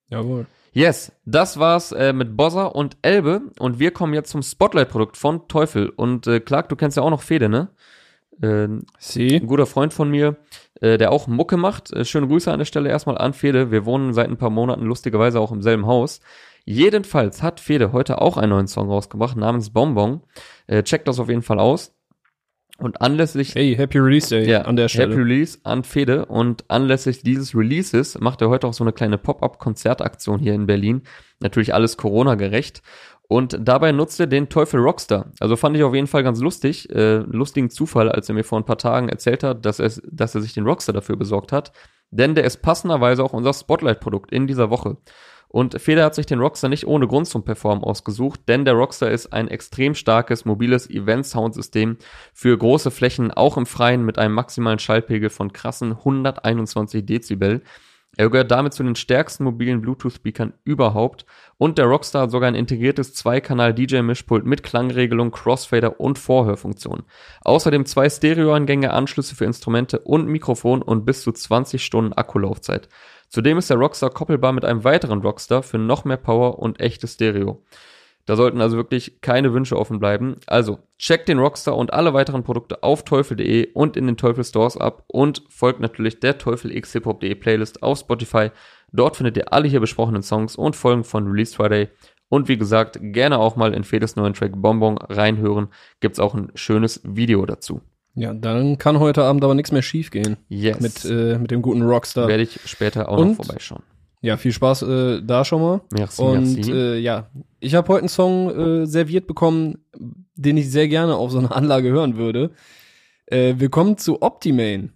Jawohl. Yes, das war's äh, mit Bozza und Elbe und wir kommen jetzt zum Spotlight-Produkt von Teufel. Und äh, Clark, du kennst ja auch noch Fede, ne? Äh, Sie? Ein guter Freund von mir, äh, der auch Mucke macht. Äh, schöne Grüße an der Stelle erstmal an Fede. Wir wohnen seit ein paar Monaten lustigerweise auch im selben Haus. Jedenfalls hat Fede heute auch einen neuen Song rausgebracht namens Bonbon. Äh, checkt das auf jeden Fall aus. Und anlässlich Hey, Happy Release Day ja, an der Stelle. Happy Release an Fede und anlässlich dieses Releases macht er heute auch so eine kleine Pop-Up-Konzertaktion hier in Berlin. Natürlich alles Corona-gerecht. Und dabei nutzt er den Teufel Rockstar. Also fand ich auf jeden Fall ganz lustig, äh, lustigen Zufall, als er mir vor ein paar Tagen erzählt hat, dass er, dass er sich den Rockstar dafür besorgt hat. Denn der ist passenderweise auch unser Spotlight-Produkt in dieser Woche. Und Fede hat sich den Rockstar nicht ohne Grund zum Performen ausgesucht, denn der Rockstar ist ein extrem starkes mobiles Event-Soundsystem für große Flächen, auch im Freien mit einem maximalen Schallpegel von krassen hunderteinundzwanzig Dezibel. Er gehört damit zu den stärksten mobilen Bluetooth-Speakern überhaupt und der Rockstar hat sogar ein integriertes zwei-Kanal-D J-Mischpult mit Klangregelung, Crossfader und Vorhörfunktion. Außerdem zwei Stereoeingänge, Anschlüsse für Instrumente und Mikrofon und bis zu zwanzig Stunden Akkulaufzeit. Zudem ist der Rockstar koppelbar mit einem weiteren Rockstar für noch mehr Power und echtes Stereo. Da sollten also wirklich keine Wünsche offen bleiben. Also, checkt den Rockstar und alle weiteren Produkte auf teufel punkt de und in den Teufel Stores ab und folgt natürlich der Teufel x hip hop punkt de Playlist auf Spotify. Dort findet ihr alle hier besprochenen Songs und Folgen von Release Friday. Und wie gesagt, gerne auch mal in Fedes neuen Track Bonbon reinhören. Gibt's auch ein schönes Video dazu. Ja, dann kann heute Abend aber nichts mehr schief gehen. Yes. Mit, äh, mit dem guten Rockstar. Werde ich später auch Und? noch vorbeischauen. Ja, viel Spaß äh, da schon mal. Merci, Und merci. Äh, ja, ich habe heute einen Song äh, serviert bekommen, den ich sehr gerne auf so einer Anlage hören würde. Äh, wir kommen zu Optimane.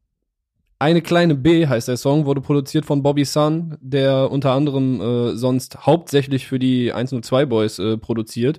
Eine kleine B heißt der Song, wurde produziert von Bobby Sun, der unter anderem äh, sonst hauptsächlich für die eins null zwei Boys äh, produziert.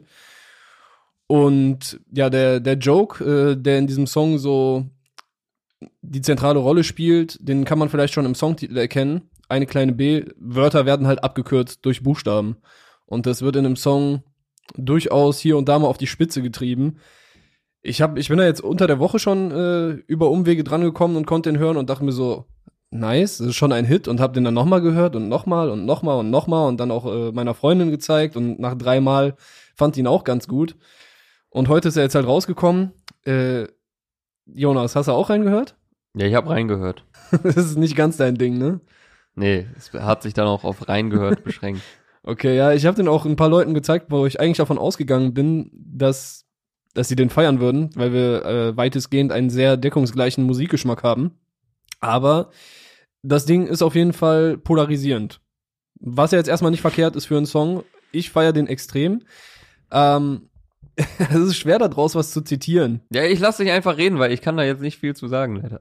Und ja, der, der Joke, äh, der in diesem Song so die zentrale Rolle spielt, den kann man vielleicht schon im Songtitel erkennen. Eine kleine B, Wörter werden halt abgekürzt durch Buchstaben. Und das wird in einem Song durchaus hier und da mal auf die Spitze getrieben. Ich, hab, ich bin da jetzt unter der Woche schon äh, über Umwege dran gekommen und konnte den hören und dachte mir so, nice, das ist schon ein Hit und hab den dann nochmal gehört und nochmal und nochmal und nochmal und dann auch äh, meiner Freundin gezeigt und nach dreimal fand ihn auch ganz gut. Und heute ist er jetzt halt rausgekommen. Äh, Jonas, hast du auch reingehört? Ja, ich habe reingehört. Das ist nicht ganz dein Ding, ne? Nee, es hat sich dann auch auf reingehört beschränkt. Okay, ja, ich habe den auch ein paar Leuten gezeigt, wo ich eigentlich davon ausgegangen bin, dass, dass sie den feiern würden, weil wir äh, weitestgehend einen sehr deckungsgleichen Musikgeschmack haben. Aber das Ding ist auf jeden Fall polarisierend. Was ja jetzt erstmal nicht verkehrt ist für einen Song. Ich feiere den extrem. Ähm, es ist schwer, da draus was zu zitieren. Ja, ich lasse dich einfach reden, weil ich kann da jetzt nicht viel zu sagen, leider.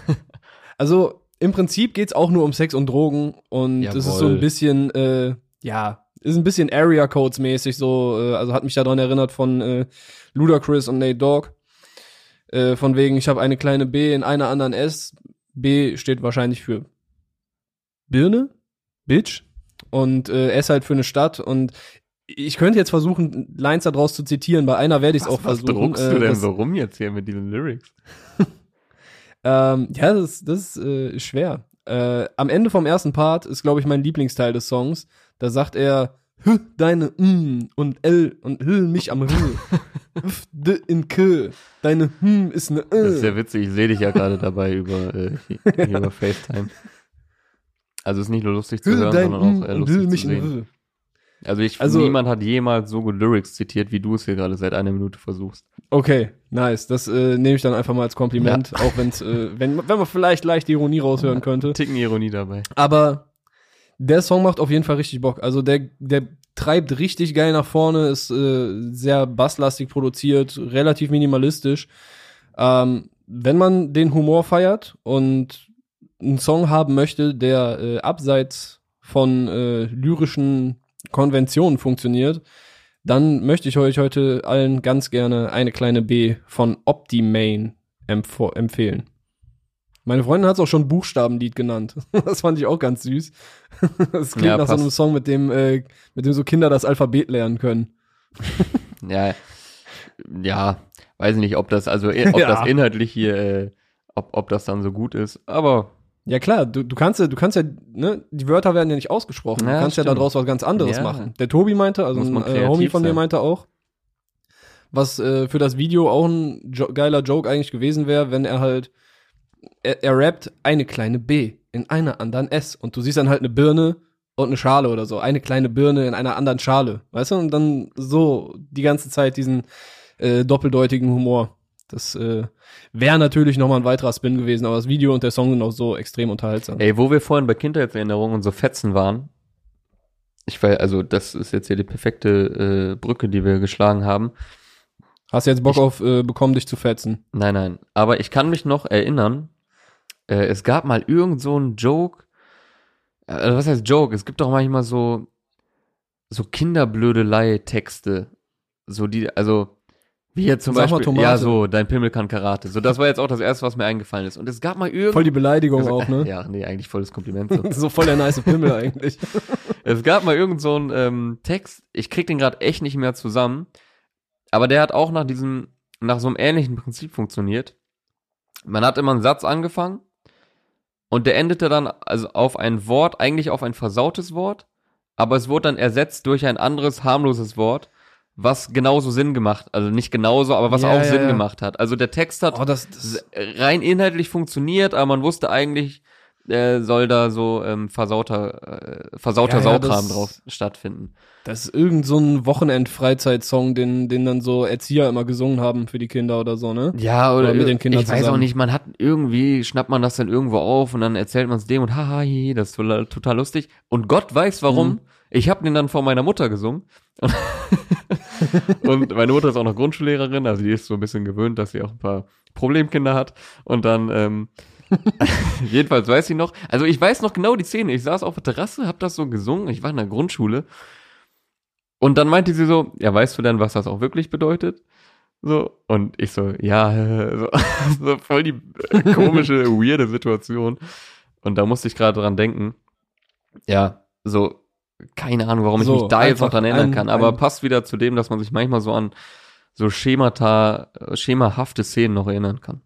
Also im Prinzip geht's auch nur um Sex und Drogen und es ist so ein bisschen, äh, ja, ist ein bisschen Area Codes mäßig so, äh, also hat mich daran erinnert von äh, Ludacris und Nate Dogg. Äh, von wegen, ich habe eine kleine B in einer anderen S. B steht wahrscheinlich für Birne, Bitch und äh, S halt für eine Stadt und ich könnte jetzt versuchen, Lines da draus zu zitieren, bei einer werde ich es auch was versuchen. Was druckst äh, du denn das, so rum jetzt hier mit diesen Lyrics? ähm, ja, das, das äh, ist schwer. Äh, am Ende vom ersten Part ist, glaube ich, mein Lieblingsteil des Songs. Da sagt er, Hü, deine M und L und Hü, mich am Hü. F, D in K. Deine Hm ist ne Ö. Das ist ja witzig, ich sehe dich ja gerade dabei über, äh, hier, hier über FaceTime. Also ist nicht nur lustig zu Hü, hören, dein sondern auch äh, und lustig Hü, mich zu in sehen. Hü. Also ich, Also- niemand hat jemals so gut Lyrics zitiert, wie du es hier gerade seit einer Minute versuchst. Okay, nice. Das äh, nehme ich dann einfach mal als Kompliment, auch wenn's, äh, wenn, wenn man vielleicht leicht die Ironie raushören könnte. Ticken Ironie dabei. Aber der Song macht auf jeden Fall richtig Bock. Also der, der treibt richtig geil nach vorne, ist äh, sehr basslastig produziert, relativ minimalistisch. Ähm, wenn man den Humor feiert und einen Song haben möchte, der äh, abseits von äh, lyrischen Konventionen funktioniert, dann möchte ich euch heute allen ganz gerne eine kleine B von Optimane empf- empfehlen. Meine Freundin hat es auch schon Buchstabenlied genannt. Das fand ich auch ganz süß. Das klingt Ja, nach so passt. einem Song, mit dem, äh, mit dem so Kinder das Alphabet lernen können. Ja, ja, weiß nicht, ob das, also eh, ob Ja. das inhaltlich hier, äh, ob, ob das dann so gut ist, aber Ja klar, du, du kannst ja, du kannst ja, ne, die Wörter werden ja nicht ausgesprochen. Ja, du kannst stimmt. ja daraus was ganz anderes Ja. machen. Der Tobi meinte, also Muss ein man äh, kreativ Homie von mir sein. meinte auch, was äh, für das Video auch ein jo- geiler Joke eigentlich gewesen wäre, wenn er halt, er, er rappt eine kleine B in einer anderen S und du siehst dann halt eine Birne und eine Schale oder so. Eine kleine Birne in einer anderen Schale. Weißt du? Und dann so die ganze Zeit diesen äh, doppeldeutigen Humor. Das äh, wäre natürlich nochmal ein weiterer Spin gewesen, aber das Video und der Song sind auch so extrem unterhaltsam. Ey, wo wir vorhin bei Kindheitserinnerungen und so Fetzen waren, ich weiß, also das ist jetzt hier die perfekte äh, Brücke, die wir geschlagen haben. Hast du jetzt Bock Ich- auf äh, bekommen, dich zu fetzen? Nein, nein. Aber ich kann mich noch erinnern, äh, es gab mal irgend so einen Joke, äh, also was heißt Joke? Es gibt doch manchmal so, so Kinderblödelei-Texte. So die, also, wie jetzt zum Sag mal Beispiel, Tomate. ja so, dein Pimmel kann Karate. So, das war jetzt auch das Erste, was mir eingefallen ist. Und es gab mal irgend... Voll die Beleidigung also, auch, ne? Ja, nee, eigentlich volles Kompliment. So. So voll der nice Pimmel eigentlich. Es gab mal irgend so einen ähm, Text, ich krieg den gerade echt nicht mehr zusammen, aber der hat auch nach diesem, nach so einem ähnlichen Prinzip funktioniert. Man hat immer einen Satz angefangen und der endete dann also auf ein Wort, eigentlich auf ein versautes Wort, aber es wurde dann ersetzt durch ein anderes harmloses Wort, was genauso Sinn gemacht, also nicht genauso, aber was Ja, auch ja, Sinn ja. gemacht hat. Also der Text hat Oh, das, das rein inhaltlich funktioniert, aber man wusste eigentlich, äh, soll da so ähm, versauter, äh, versauter Ja, ja, Saukram das- drauf stattfinden. Das ist irgend so ein Wochenend-Freizeit-Song, den, den dann so Erzieher immer gesungen haben für die Kinder oder so, ne? Ja, oder, Oder mit den Kindern ich weiß zusammen. auch nicht, man hat irgendwie, schnappt man das dann irgendwo auf und dann erzählt man es dem und haha, hi, das ist total, total lustig. Und Gott weiß warum, Mhm. ich habe den dann vor meiner Mutter gesungen. Und, und meine Mutter ist auch noch Grundschullehrerin, also die ist so ein bisschen gewöhnt, dass sie auch ein paar Problemkinder hat. Und dann, ähm, jedenfalls weiß ich noch, also ich weiß noch genau die Szene, ich saß auf der Terrasse, hab das so gesungen, ich war in der Grundschule. Und dann meinte sie so, ja, weißt du denn, was das auch wirklich bedeutet? So, und ich so, ja, so, so voll die äh, komische, weirde Situation. Und da musste ich gerade dran denken, ja, so, keine Ahnung, warum ich So, mich da jetzt noch einfach dran erinnern ein- kann, aber ein- passt wieder zu dem, dass man sich manchmal so an so Schemata, äh, schemahafte Szenen noch erinnern kann.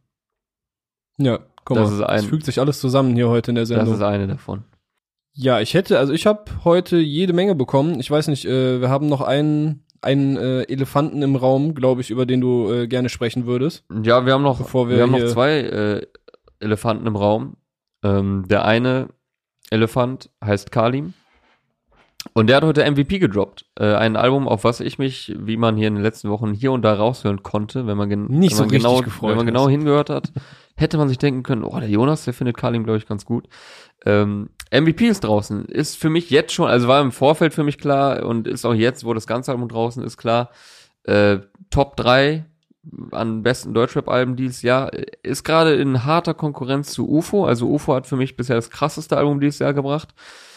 Ja, guck Das mal, ist ein- das fügt sich alles zusammen hier heute in der Das Sendung. ist eine davon. Ja, ich hätte, also ich habe heute jede Menge bekommen. Ich weiß nicht, äh, wir haben noch einen, einen äh, Elefanten im Raum, glaube ich, über den du äh, gerne sprechen würdest. Ja, wir haben noch, Bevor wir, wir haben noch hier- zwei äh, Elefanten im Raum. Ähm, der eine Elefant heißt Kalim. Und der hat heute M V P gedroppt. Äh, ein Album, auf was ich mich, wie man hier in den letzten Wochen hier und da raushören konnte, wenn man, gen Nicht wenn so man richtig genau, gefreut wenn man hast. genau hingehört hat, hätte man sich denken können, oh, der Jonas, der findet Kalim, glaube ich, ganz gut. Ähm, M V P ist draußen. Ist für mich jetzt schon, also war im Vorfeld für mich klar und ist auch jetzt, wo das ganze Album draußen ist, klar. Äh, Top drei an besten Deutschrap-Alben dieses Jahr. Ist gerade in harter Konkurrenz zu U F O. Also U F O hat für mich bisher das krasseste Album dieses Jahr gebracht.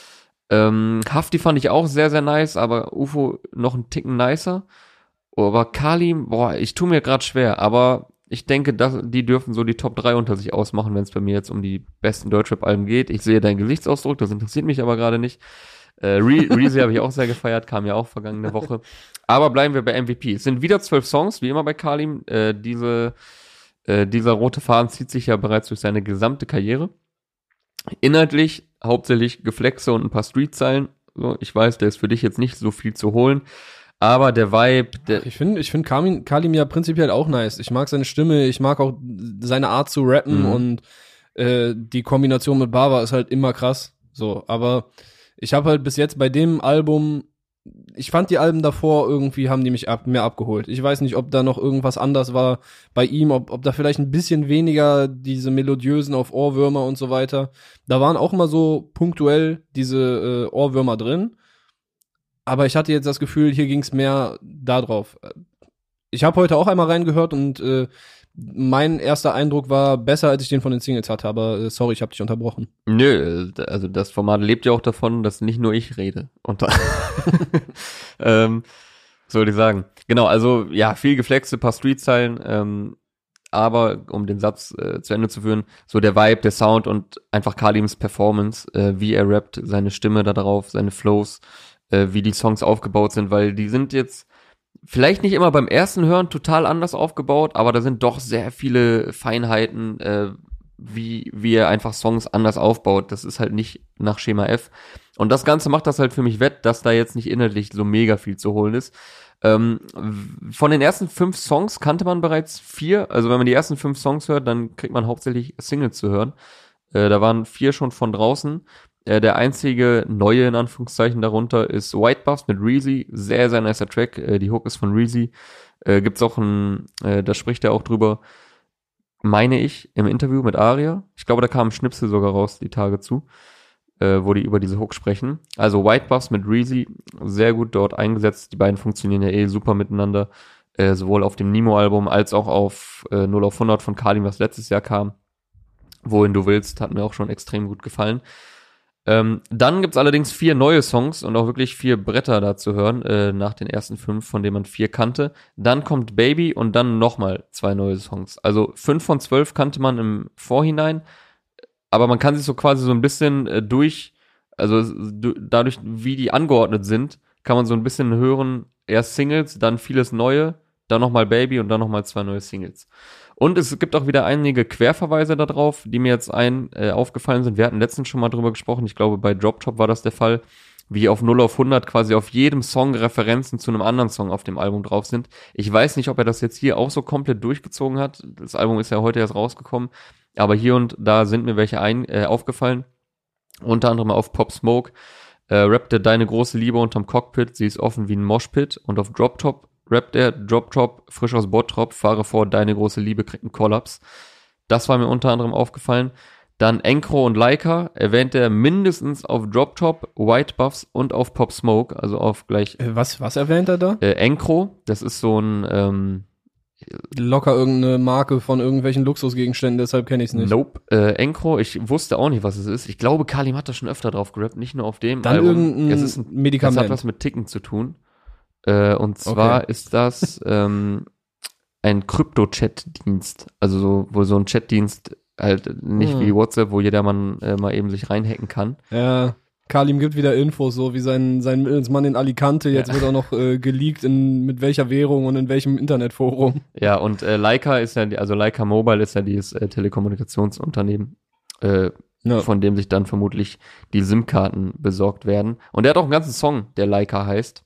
Ähm, Hafti fand ich auch sehr, sehr nice, aber U F O noch einen Ticken nicer. Aber Kalim, boah, ich tue mir gerade schwer, aber ich denke, dass, die dürfen so die Top drei unter sich ausmachen, wenn es bei mir jetzt um die besten Deutschrap-Alben geht. Ich sehe deinen Gesichtsausdruck, das interessiert mich aber gerade nicht. Äh, Re- Reezy habe ich auch sehr gefeiert, kam ja auch vergangene Woche. Aber bleiben wir bei M V P. Es sind wieder zwölf Songs, wie immer bei Kalim. Äh, diese, äh, dieser rote Faden zieht sich ja bereits durch seine gesamte Karriere. Inhaltlich hauptsächlich Geflexe und ein paar Street-Zeilen. So, ich weiß, der ist für dich jetzt nicht so viel zu holen. Aber der Vibe, der, Ich finde, ich finde Kalim, Kalim ja prinzipiell auch nice. Ich mag seine Stimme, ich mag auch seine Art zu rappen Mhm. und äh, die Kombination mit Baba ist halt immer krass. So, aber ich habe halt bis jetzt bei dem Album, ich fand die Alben davor irgendwie haben die mich ab, mehr abgeholt. Ich weiß nicht, ob da noch irgendwas anders war bei ihm, ob, ob da vielleicht ein bisschen weniger diese melodiösen auf Ohrwürmer und so weiter. Da waren auch immer so punktuell diese äh, Ohrwürmer drin. Aber ich hatte jetzt das Gefühl, hier ging es mehr dadrauf. Ich habe heute auch einmal reingehört und äh, mein erster Eindruck war besser, als ich den von den Singles hatte. Aber äh, sorry, ich habe dich unterbrochen. nö, also das Format lebt ja auch davon, dass nicht nur ich rede. Und da ähm, soll ich sagen. Genau, also ja, viel Geflexe, paar Street-Zeilen, ähm, aber um den Satz äh, zu Ende zu führen, so der Vibe, der Sound und einfach Kalims Performance, äh, wie er rappt, seine Stimme da drauf, seine Flows, äh, wie die Songs aufgebaut sind, weil die sind jetzt vielleicht nicht immer beim ersten Hören total anders aufgebaut, aber da sind doch sehr viele Feinheiten, äh, wie, wie er einfach Songs anders aufbaut. Das ist halt nicht nach Schema F. Und das Ganze macht das halt für mich wett, dass da jetzt nicht inhaltlich so mega viel zu holen ist. Ähm, von den ersten fünf Songs kannte man bereits vier. Also wenn man die ersten fünf Songs hört, dann kriegt man hauptsächlich Singles zu hören. Äh, da waren vier schon von draußen. Äh, der einzige neue, in Anführungszeichen, darunter ist White Buffs mit Reezy. Sehr, sehr nicer Track. Äh, die Hook ist von Reezy. Äh, gibt's auch ein, äh, da spricht er auch drüber, meine ich, im Interview mit Aria. Ich glaube, da kam ein Schnipsel sogar raus, die Tage zu, äh, wo die über diese Hook sprechen. Also White Buffs mit Reezy, sehr gut dort eingesetzt. Die beiden funktionieren ja eh super miteinander, äh, sowohl auf dem Nemo-Album als auch auf äh, null auf hundert von Kalim, was letztes Jahr kam. Wohin du willst, hat mir auch schon extrem gut gefallen. Ähm, dann gibt's allerdings vier neue Songs und auch wirklich vier Bretter da zu hören, äh, nach den ersten fünf, von denen man vier kannte. Dann kommt Baby und dann nochmal zwei neue Songs. Also fünf von zwölf kannte man im Vorhinein, aber man kann sich so quasi so ein bisschen äh, durch, also du, dadurch, wie die angeordnet sind, kann man so ein bisschen hören, erst Singles, dann vieles Neue, dann nochmal Baby und dann nochmal zwei neue Singles. Und es gibt auch wieder einige Querverweise da drauf, die mir jetzt ein äh, aufgefallen sind. Wir hatten letztens schon mal drüber gesprochen, ich glaube bei Drop Top war das der Fall, wie auf null auf hundert quasi auf jedem Song Referenzen zu einem anderen Song auf dem Album drauf sind. Ich weiß nicht, ob er das jetzt hier auch so komplett durchgezogen hat. Das Album ist ja heute erst rausgekommen, aber hier und da sind mir welche ein, äh, aufgefallen. Unter anderem auf Pop Smoke äh, rappt er Deine große Liebe unterm Cockpit, sie ist offen wie ein Moshpit. Und auf Drop Top rappt er Drop Top, frisch aus Bottrop, fahre vor, deine große Liebe kriegt einen Kollaps. Das war mir unter anderem aufgefallen. Dann Encro und Leica erwähnt er mindestens auf Drop Top, White Buffs und auf Pop Smoke, also auf gleich. Äh, Was, was erwähnt er da? Äh, Encro, das ist so ein ähm, Locker irgendeine Marke von irgendwelchen Luxusgegenständen, deshalb kenne ich es nicht. Nope. Äh, Encro, ich wusste auch nicht, was es ist. Ich glaube, Kalim hat da schon öfter drauf gerappt, nicht nur auf dem Dann Album. irgendein es ist ein Medikament. Das hat was mit Ticken zu tun. Äh, und zwar Okay. ist das ähm, ein Krypto-Chat-Dienst. Also so, wohl so ein Chat-Dienst, halt nicht Hm. wie WhatsApp, wo jedermann äh, mal eben sich reinhacken kann. Ja, Kalim gibt wieder Infos, so wie sein, sein Mittelsmann in Alicante. Jetzt Ja. wird auch noch äh, geleakt, in, mit welcher Währung und in welchem Internetforum. Ja, und äh, Leica ist ja, die, also Leica Mobile ist ja dieses äh, Telekommunikationsunternehmen, äh, Ja. von dem sich dann vermutlich die SIM-Karten besorgt werden. Und der hat auch einen ganzen Song, der Leica heißt,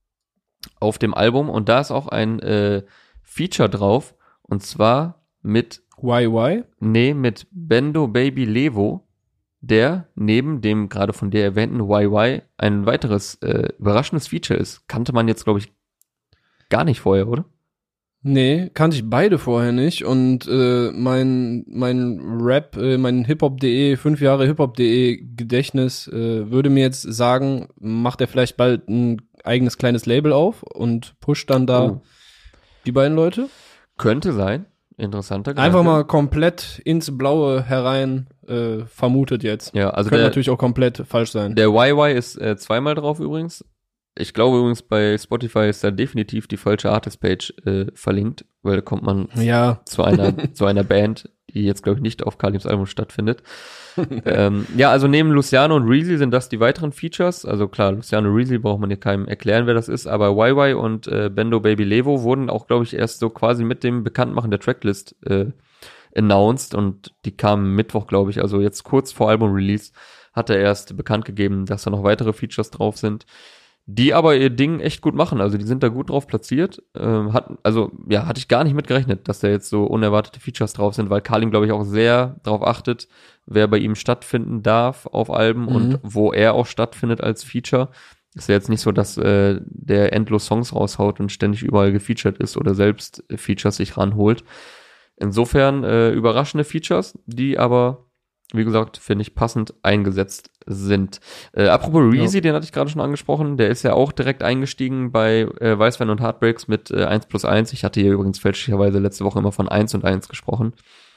auf dem Album. Und da ist auch ein äh, Feature drauf. Und zwar mit, Why, why? nee, mit Bendo Baby Levo, der neben dem gerade von dir erwähnten Y Y ein weiteres äh, überraschendes Feature ist. Kannte man jetzt, glaube ich, gar nicht vorher, oder? Nee, kannte ich beide vorher nicht. Und äh, mein, mein Rap, äh, mein hiphop.de, fünf Jahre hiphop.de Gedächtnis äh, würde mir jetzt sagen, macht er vielleicht bald ein eigenes kleines Label auf und pusht dann da Oh. die beiden Leute. Könnte sein. Interessanter Gedanke. Einfach mal komplett ins Blaue herein äh, vermutet jetzt. Ja, also Könnte der, natürlich auch komplett falsch sein. der Y Y ist äh, zweimal drauf übrigens. Ich glaube übrigens, bei Spotify ist da definitiv die falsche Artist-Page äh, verlinkt, weil da kommt man Ja, zu einer zu einer Band, die jetzt, glaube ich, nicht auf Kalims Album stattfindet. ähm, ja, also neben Luciano und Reezy sind das die weiteren Features. Also klar, Luciano und Reezy braucht man hier keinem erklären, wer das ist, aber Y Y und äh, Bendo Baby Levo wurden auch, glaube ich, erst so quasi mit dem Bekanntmachen der Tracklist äh, announced und die kamen Mittwoch, glaube ich, also jetzt kurz vor Album-Release hat er erst bekannt gegeben, dass da noch weitere Features drauf sind, die aber ihr Ding echt gut machen. Also die sind da gut drauf platziert. Ähm, hat, also ja, hatte ich gar nicht mit gerechnet, dass da jetzt so unerwartete Features drauf sind, weil Kalim, glaube ich, auch sehr darauf achtet, wer bei ihm stattfinden darf auf Alben Mhm. und wo er auch stattfindet als Feature. Ist ja jetzt nicht so, dass äh, der endlos Songs raushaut und ständig überall gefeatured ist oder selbst äh, Features sich ranholt. Insofern äh, überraschende Features, die aber, wie gesagt, finde ich, passend eingesetzt sind. Äh, apropos Reezy, Ja. den hatte ich gerade schon angesprochen, der ist ja auch direkt eingestiegen bei äh, Weißwein und Heartbreaks mit äh, eins plus eins. Ich hatte hier übrigens fälschlicherweise letzte Woche immer von eins und eins gesprochen.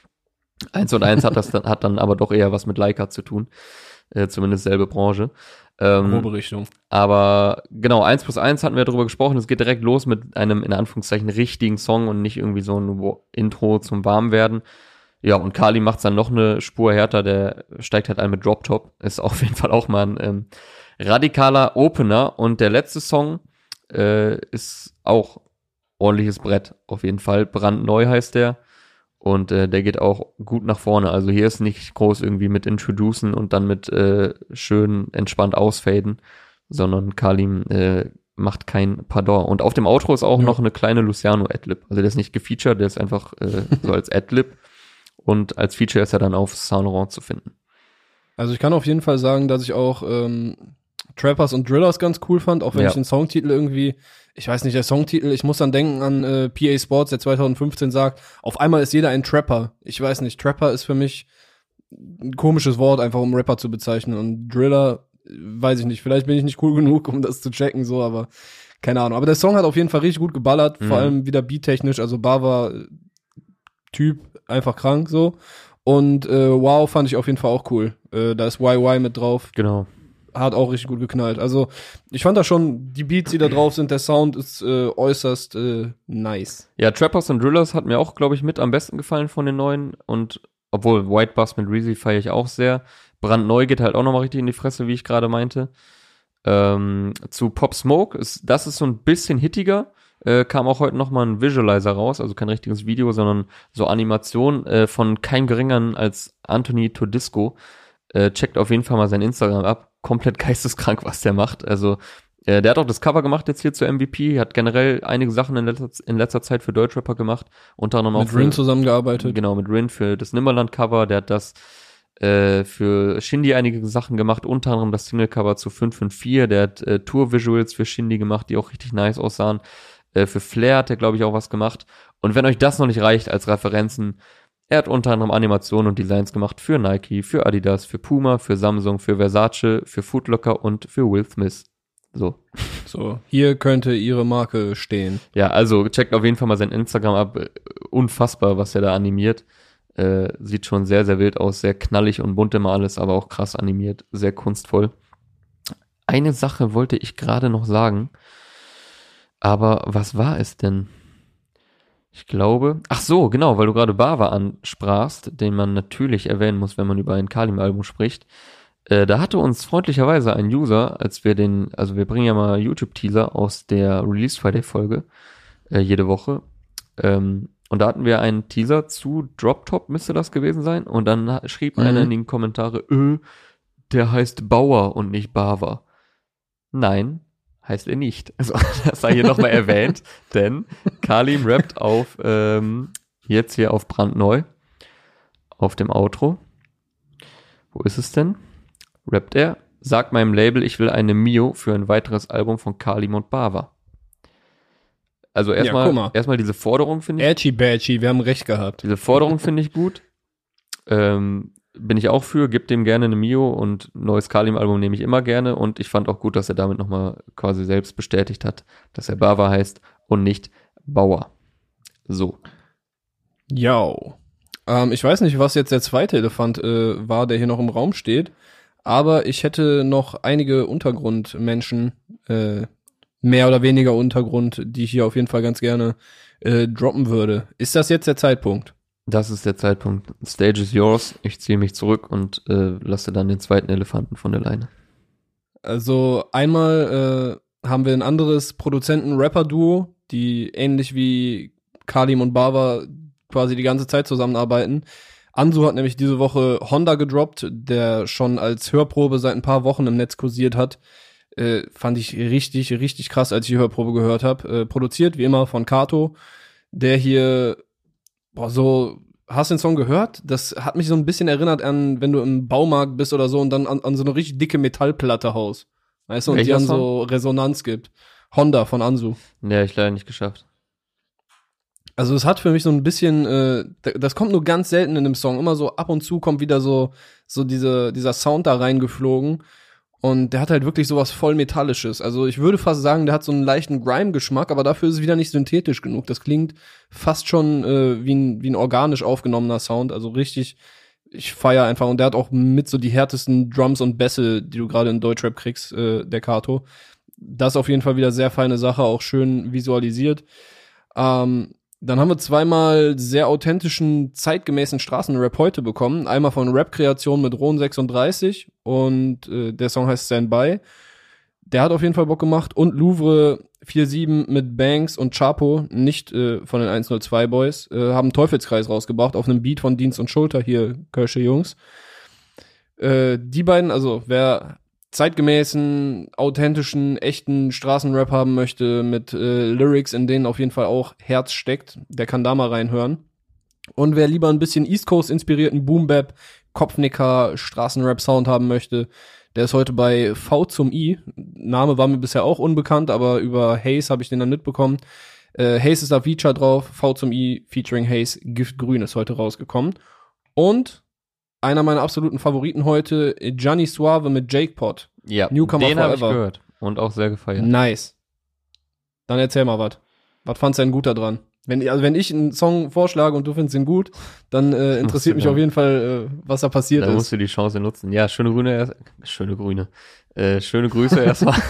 eins und eins hat das dann, hat dann aber doch eher was mit Leica zu tun. Äh, zumindest selbe Branche. Ähm, grobe Richtung. aber genau, eins plus eins hatten wir darüber gesprochen. Es geht direkt los mit einem, in Anführungszeichen, richtigen Song und nicht irgendwie so ein Wo- Intro zum Warmwerden. Ja, und Kali macht's dann noch eine Spur härter, der steigt halt ein mit Drop Top. Ist auf jeden Fall auch mal ein ähm, radikaler Opener. Und der letzte Song äh, ist auch ordentliches Brett, auf jeden Fall. Brandneu heißt der. Und äh, der geht auch gut nach vorne. Also hier ist nicht groß irgendwie mit Introducen und dann mit äh, schön entspannt ausfaden, sondern Kalim äh, macht kein Pardon. Und auf dem Outro ist auch ja. noch eine kleine Luciano-Adlib. Also der ist nicht gefeatured, der ist einfach äh, so als Adlib. Und als Feature ist er dann auf Saint Laurent zu finden. Also ich kann auf jeden Fall sagen, dass ich auch ähm, Trappers und Drillers ganz cool fand, auch wenn ja. ich den Songtitel irgendwie, ich weiß nicht, der Songtitel, ich muss dann denken an äh, P A Sports, der zwanzig fünfzehn sagt, auf einmal ist jeder ein Trapper. Ich weiß nicht, Trapper ist für mich ein komisches Wort, einfach um Rapper zu bezeichnen. Und Driller, weiß ich nicht, vielleicht bin ich nicht cool genug, um das zu checken, so, aber keine Ahnung. Aber der Song hat auf jeden Fall richtig gut geballert, mhm. vor allem wieder beattechnisch, also Bava Typ, einfach krank, so. Und äh, Wow fand ich auf jeden Fall auch cool. Äh, da ist Y Y mit drauf. Genau. Hat auch richtig gut geknallt. Also ich fand da schon, die Beats, die da drauf sind, der Sound ist äh, äußerst äh, nice. Ja, Trappers und Drillers hat mir auch, glaube ich, mit am besten gefallen von den neuen. Und obwohl White Bass mit Reezy feiere ich auch sehr. Brandneu geht halt auch nochmal richtig in die Fresse, wie ich gerade meinte. Ähm, zu Pop Smoke, ist, das ist so ein bisschen hittiger. Äh, kam auch heute nochmal ein Visualizer raus, also kein richtiges Video, sondern so Animation äh, von keinem geringeren als Anthony Todisco. Äh, checkt auf jeden Fall mal sein Instagram ab. Komplett geisteskrank, was der macht. Also äh, der hat auch das Cover gemacht jetzt hier zu M V P, hat generell einige Sachen in letzter, in letzter Zeit für Deutschrapper gemacht. Unter anderem auch mit Rin zusammengearbeitet. Genau, mit Rin für das Nimmerland-Cover. Der hat das äh, für Shindy einige Sachen gemacht, unter anderem das Single-Cover zu fünf fünf vier. Der hat äh, Tour-Visuals für Shindy gemacht, die auch richtig nice aussahen. Äh, für Flair hat er, glaube ich, auch was gemacht. Und wenn euch das noch nicht reicht als Referenzen, er hat unter anderem Animationen und Designs gemacht für Nike, für Adidas, für Puma, für Samsung, für Versace, für Foot Locker und für Will Smith. So. So, hier könnte ihre Marke stehen. Ja, also checkt auf jeden Fall mal sein Instagram ab. Unfassbar, was er da animiert. Äh, sieht schon sehr, sehr wild aus. Sehr knallig und bunt immer alles, aber auch krass animiert. Sehr kunstvoll. Eine Sache wollte ich gerade noch sagen. Aber was war es denn? Ich glaube, ach so, genau, weil du gerade Bava ansprachst, den man natürlich erwähnen muss, wenn man über ein Kalim-Album spricht. Äh, da hatte uns freundlicherweise ein User, als wir den, also wir bringen ja mal YouTube-Teaser aus der Release-Friday-Folge äh, jede Woche. Ähm, und da hatten wir einen Teaser zu Drop Top, müsste das gewesen sein. Und dann schrieb mhm. einer in den Kommentare, äh, der heißt Bauer und nicht Bava. Nein, heißt er nicht. Also das sei hier nochmal erwähnt, denn Kalim rappt auf, ähm, jetzt hier auf Brandneu, auf dem Outro. Wo ist es denn? Rappt er, sagt meinem Label, ich will eine Mio für ein weiteres Album von Kalim und Bava. Also erstmal ja, erstmal diese Forderung finde ich. Edgy badgy, wir haben recht gehabt. Diese Forderung finde ich gut. Ähm, bin ich auch für, gib dem gerne eine Mio und neues Kalim-Album nehme ich immer gerne und ich fand auch gut, dass er damit nochmal quasi selbst bestätigt hat, dass er Bava heißt und nicht Bauer. So. Ja. Ähm, ich weiß nicht, was jetzt der zweite Elefant äh, war, der hier noch im Raum steht, aber ich hätte noch einige Untergrundmenschen, äh, mehr oder weniger Untergrund, die ich hier auf jeden Fall ganz gerne äh, droppen würde. Ist das jetzt der Zeitpunkt? Das ist der Zeitpunkt. Stage is yours. Ich ziehe mich zurück und äh, lasse dann den zweiten Elefanten von der Leine. Also einmal äh, haben wir ein anderes Produzenten-Rapper-Duo, die ähnlich wie Kalim und Bava quasi die ganze Zeit zusammenarbeiten. Ansu hat nämlich diese Woche Honda gedroppt, der schon als Hörprobe seit ein paar Wochen im Netz kursiert hat. Äh, fand ich richtig, richtig krass, als ich die Hörprobe gehört habe. Äh, produziert wie immer von Kato, der hier Boah, so, hast du den Song gehört? Das hat mich so ein bisschen erinnert an, wenn du im Baumarkt bist oder so und dann an, an so eine richtig dicke Metallplatte haust. Weißt du, und die dann so Resonanz gibt. Honda von Ansu. Ja, ich leider nicht geschafft. Also es hat für mich so ein bisschen, äh, das kommt nur ganz selten in dem Song. Immer so ab und zu kommt wieder so, so diese, dieser Sound da reingeflogen. Und der hat halt wirklich sowas voll Metallisches. Also ich würde fast sagen, der hat so einen leichten Grime-Geschmack, aber dafür ist es wieder nicht synthetisch genug. Das klingt fast schon äh, wie ein, wie ein organisch aufgenommener Sound. Also richtig, ich feiere einfach. Und der hat auch mit so die härtesten Drums und Bässe, die du gerade in Deutschrap kriegst, äh, der Kato. Das ist auf jeden Fall wieder sehr feine Sache, auch schön visualisiert. Ähm, Dann haben wir zweimal sehr authentischen, zeitgemäßen Straßenrap heute bekommen. Einmal von Rap-Kreation mit Ron sechsunddreißig und äh, der Song heißt Stand By. Der hat auf jeden Fall Bock gemacht. Und Louvre vier sieben mit Banks und Chapo, nicht äh, von den eins null zwei Boys, äh, haben einen Teufelskreis rausgebracht auf einem Beat von Dienst und Schulter, hier, Kölsche Jungs. Äh, die beiden, also wer zeitgemäßen, authentischen, echten Straßenrap haben möchte, mit äh, Lyrics, in denen auf jeden Fall auch Herz steckt, der kann da mal reinhören. Und wer lieber ein bisschen East Coast inspirierten Boom-Bap, Kopfnicker, Straßenrap-Sound haben möchte, der ist heute bei V zum I. Name war mir bisher auch unbekannt, aber über Haze habe ich den dann mitbekommen. Äh, Haze ist da Feature drauf, V zum I featuring Haze, Giftgrün ist heute rausgekommen. Und einer meiner absoluten Favoriten heute, Gianni Suave mit Jake Pot. Ja, Newcomer den habe ich Forever. gehört und auch sehr gefeiert. Nice. Dann erzähl mal was. Was fandst du denn gut da dran? Wenn, also wenn ich einen Song vorschlage und du findest ihn gut, dann äh, interessiert mich dann, auf jeden Fall, äh, was da passiert da ist. Da musst du die Chance nutzen. Ja, schöne Grüne, erst, schöne Grüne. Äh, schöne Grüße erstmal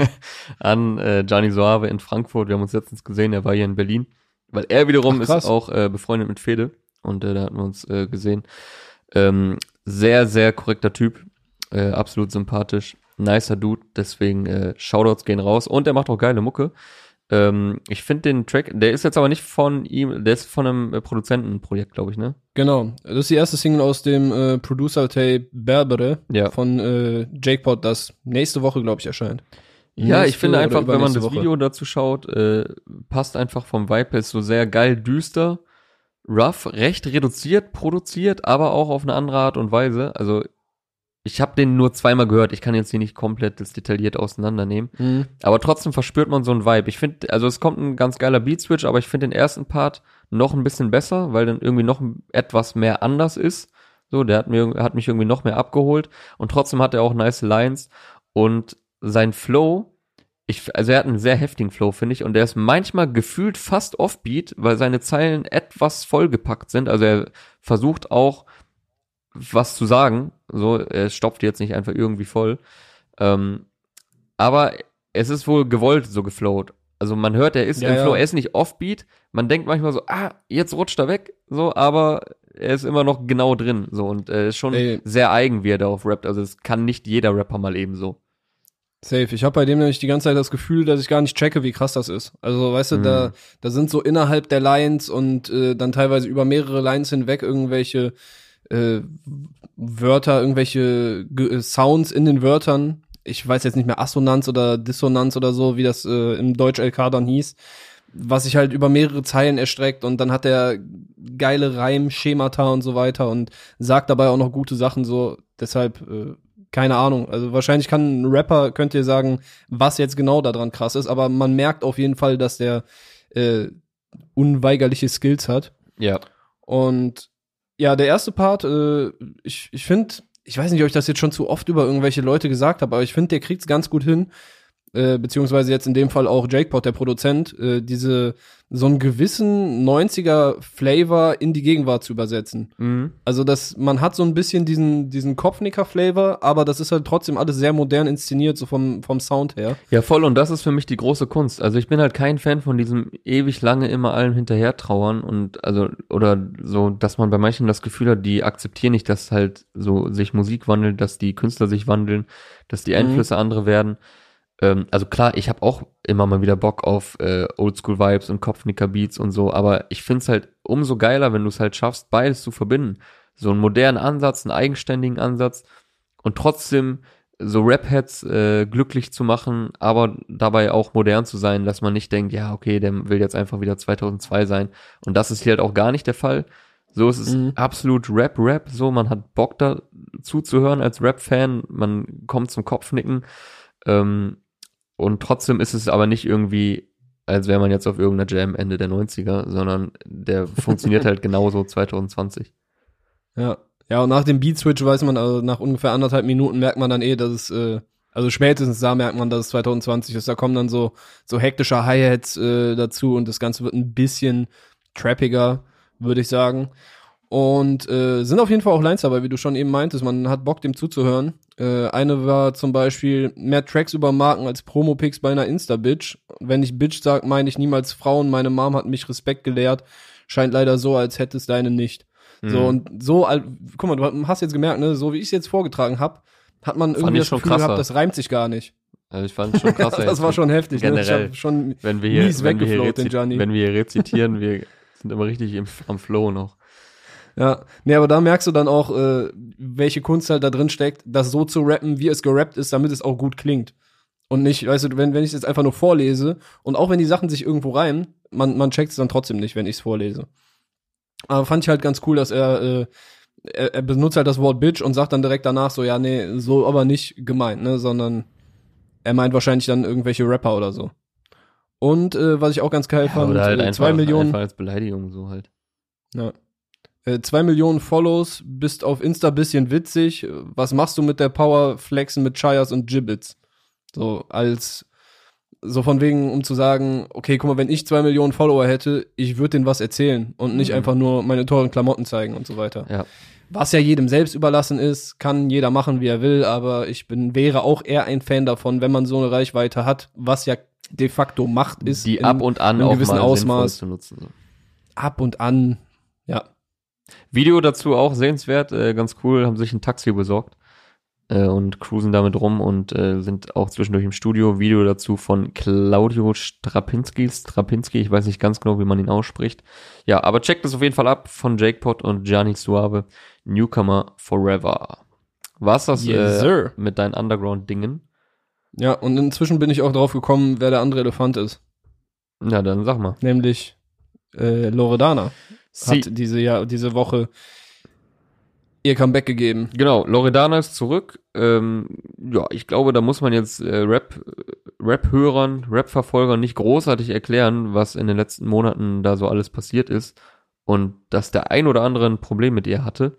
an äh, Gianni Suave in Frankfurt. Wir haben uns letztens gesehen, er war hier in Berlin. Weil er wiederum Ach, ist auch äh, befreundet mit Fede. Und äh, da hatten wir uns äh, gesehen. Ähm, sehr, sehr korrekter Typ, äh, absolut sympathisch, nicer Dude, deswegen äh, Shoutouts gehen raus und er macht auch geile Mucke. Ähm, ich finde den Track, der ist jetzt aber nicht von ihm, der ist von einem äh, Produzentenprojekt, glaube ich, ne? Genau, das ist die erste Single aus dem äh, Producer-Tape Berbere Ja. von äh, Jake Pot, das nächste Woche, glaube ich, erscheint. Ja, Nächste ich finde oder einfach, wenn man übernächste das Woche. Video dazu schaut, äh, passt einfach vom Vibe her, ist so sehr geil düster, rough, recht reduziert, produziert, aber auch auf eine andere Art und Weise. Also ich habe den nur zweimal gehört, ich kann jetzt hier nicht komplett das detailliert auseinandernehmen, Mhm. aber trotzdem verspürt man so einen Vibe. Ich finde, also es kommt ein ganz geiler Beat-Switch, aber ich finde den ersten Part noch ein bisschen besser, weil dann irgendwie noch etwas mehr anders ist. So, der hat mir hat mich irgendwie noch mehr abgeholt und trotzdem hat er auch nice Lines und sein Flow, ich, also er hat einen sehr heftigen Flow, finde ich, und der ist manchmal gefühlt fast offbeat, weil seine Zeilen etwas vollgepackt sind. Also er versucht auch, was zu sagen, so, er stopft jetzt nicht einfach irgendwie voll. Ähm, aber es ist wohl gewollt so geflowt. Also man hört, er ist Ja, im ja. Flow, er ist nicht offbeat. Man denkt manchmal so, ah, jetzt rutscht er weg, so, aber er ist immer noch genau drin, so, und er ist schon Ey. sehr eigen, wie er darauf rappt. Also es kann nicht jeder Rapper mal eben so. Safe. Ich habe bei dem nämlich die ganze Zeit das Gefühl, dass ich gar nicht checke, wie krass das ist. Also, weißt du, Mhm. da, da sind so innerhalb der Lines und äh, dann teilweise über mehrere Lines hinweg irgendwelche äh, Wörter, irgendwelche Ge äh, Sounds in den Wörtern. Ich weiß jetzt nicht mehr, Assonanz oder Dissonanz oder so, wie das äh, im Deutsch-L K dann hieß, was sich halt über mehrere Zeilen erstreckt und dann hat er geile Reimschemata und so weiter und sagt dabei auch noch gute Sachen so. Deshalb äh, keine Ahnung, also wahrscheinlich kann ein Rapper, könnt ihr sagen, was jetzt genau daran krass ist, aber man merkt auf jeden Fall, dass der äh, unweigerliche Skills hat. Ja. Und ja, der erste Part, äh, ich, ich finde, ich weiß nicht, ob ich das jetzt schon zu oft über irgendwelche Leute gesagt habe, aber ich finde, der kriegt's ganz gut hin, äh, beziehungsweise jetzt in dem Fall auch Jake Pot, der Produzent, äh, diese so einen gewissen neunziger-Flavor in die Gegenwart zu übersetzen. Mhm. Also das, man hat so ein bisschen diesen, diesen Kopfnicker-Flavor, aber das ist halt trotzdem alles sehr modern inszeniert, so vom, vom Sound her. Ja, voll, und das ist für mich die große Kunst. Also ich bin halt kein Fan von diesem ewig lange immer allem hinterher trauern und also, oder so, dass man bei manchen das Gefühl hat, die akzeptieren nicht, dass halt so sich Musik wandelt, dass die Künstler sich wandeln, dass die Einflüsse mhm. andere werden. Ähm, also klar, ich habe auch immer mal wieder Bock auf äh, Oldschool-Vibes und Kopfnicker-Beats und so, aber ich find's halt umso geiler, wenn du es halt schaffst, beides zu verbinden. So einen modernen Ansatz, einen eigenständigen Ansatz und trotzdem so Rap-Heads äh, glücklich zu machen, aber dabei auch modern zu sein, dass man nicht denkt, ja, okay, der will jetzt einfach wieder zweitausendzwei sein. Und das ist hier halt auch gar nicht der Fall. So ist es Mhm. absolut Rap-Rap, so, man hat Bock da zuzuhören als Rap-Fan, man kommt zum Kopfnicken, ähm, und trotzdem ist es aber nicht irgendwie, als wäre man jetzt auf irgendeiner Jam Ende der neunziger, sondern der funktioniert halt genauso zwanzig zwanzig. Ja. Ja, und nach dem Beat-Switch weiß man, also nach ungefähr anderthalb Minuten merkt man dann eh, dass es, äh, also spätestens da merkt man, dass es zwanzig zwanzig ist. Da kommen dann so, so hektische Hi-Hats äh, dazu und das Ganze wird ein bisschen trappiger, würde ich sagen. Und äh, sind auf jeden Fall auch Lines dabei, wie du schon eben meintest. Man hat Bock, dem zuzuhören. Äh, eine war zum Beispiel mehr Tracks über Marken als Promo-Pics bei einer Insta-Bitch. Wenn ich Bitch sag, meine ich niemals Frauen. Meine Mom hat mich Respekt gelehrt. Scheint leider so, als hätte es deine nicht. Mhm. So, und so, al- guck mal, du hast jetzt gemerkt, ne, so wie ich es jetzt vorgetragen habe, hat man Fand irgendwie ich das schon Gefühl krasser. gehabt, das reimt sich gar nicht. Also ich fand es schon krass. Das war schon heftig. Generell, ne? Ich hab schon wenn wir hier, mies wenn wir hier, weggefloat, den rezit- Gianni. wenn wir hier rezitieren, wir sind immer richtig im, am Flow noch. Ja, nee, aber da merkst du dann auch, äh, welche Kunst halt da drin steckt, das so zu rappen, wie es gerappt ist, damit es auch gut klingt. Und nicht, weißt du, wenn, wenn ich es jetzt einfach nur vorlese und auch wenn die Sachen sich irgendwo reimen, man, man checkt es dann trotzdem nicht, wenn ich es vorlese. Aber fand ich halt ganz cool, dass er, äh, er, er benutzt halt das Wort Bitch und sagt dann direkt danach so, ja, nee, so aber nicht gemeint, ne, sondern er meint wahrscheinlich dann irgendwelche Rapper oder so. Und äh, was ich auch ganz geil Ja, fand, oder halt äh, einfach, zwei Millionen, einfach als Beleidigung so halt. ja. Äh, zwei Millionen Follows, bist auf Insta bisschen witzig. Was machst du mit der Power? Flexen mit Chayas und Gibbets. So als, so von wegen, um zu sagen, okay, guck mal, wenn ich zwei Millionen Follower hätte, ich würde denen was erzählen und nicht Mhm. einfach nur meine teuren Klamotten zeigen und so weiter. Ja. Was ja jedem selbst überlassen ist, kann jeder machen, wie er will, aber ich bin, wäre auch eher ein Fan davon, wenn man so eine Reichweite hat, was ja de facto Macht ist. Die in ab und an einem auch gewissen mal Ausmaß. sinnvoll zu nutzen. So. Ab und an, ja. Video dazu auch sehenswert, äh, ganz cool, haben sich ein Taxi besorgt äh, und cruisen damit rum und äh, sind auch zwischendurch im Studio. Video dazu von Claudio Strapinski, Strapinski, ich weiß nicht ganz genau, wie man ihn ausspricht. Ja, aber checkt es auf jeden Fall ab von Jake Pot und Gianni Suave, Newcomer Forever. War's das Yes, äh, sir. mit deinen Underground-Dingen? Ja, und inzwischen bin ich auch drauf gekommen, wer der andere Elefant ist. Ja, dann sag mal. Nämlich äh, Loredana Sie. hat diese, ja, diese Woche ihr Comeback gegeben. Genau, Loredana ist zurück. Ähm, ja, ich glaube, da muss man jetzt äh, Rap, Rap-Hörern, Rap-Verfolgern nicht großartig erklären, was in den letzten Monaten da so alles passiert ist und dass der ein oder andere ein Problem mit ihr hatte.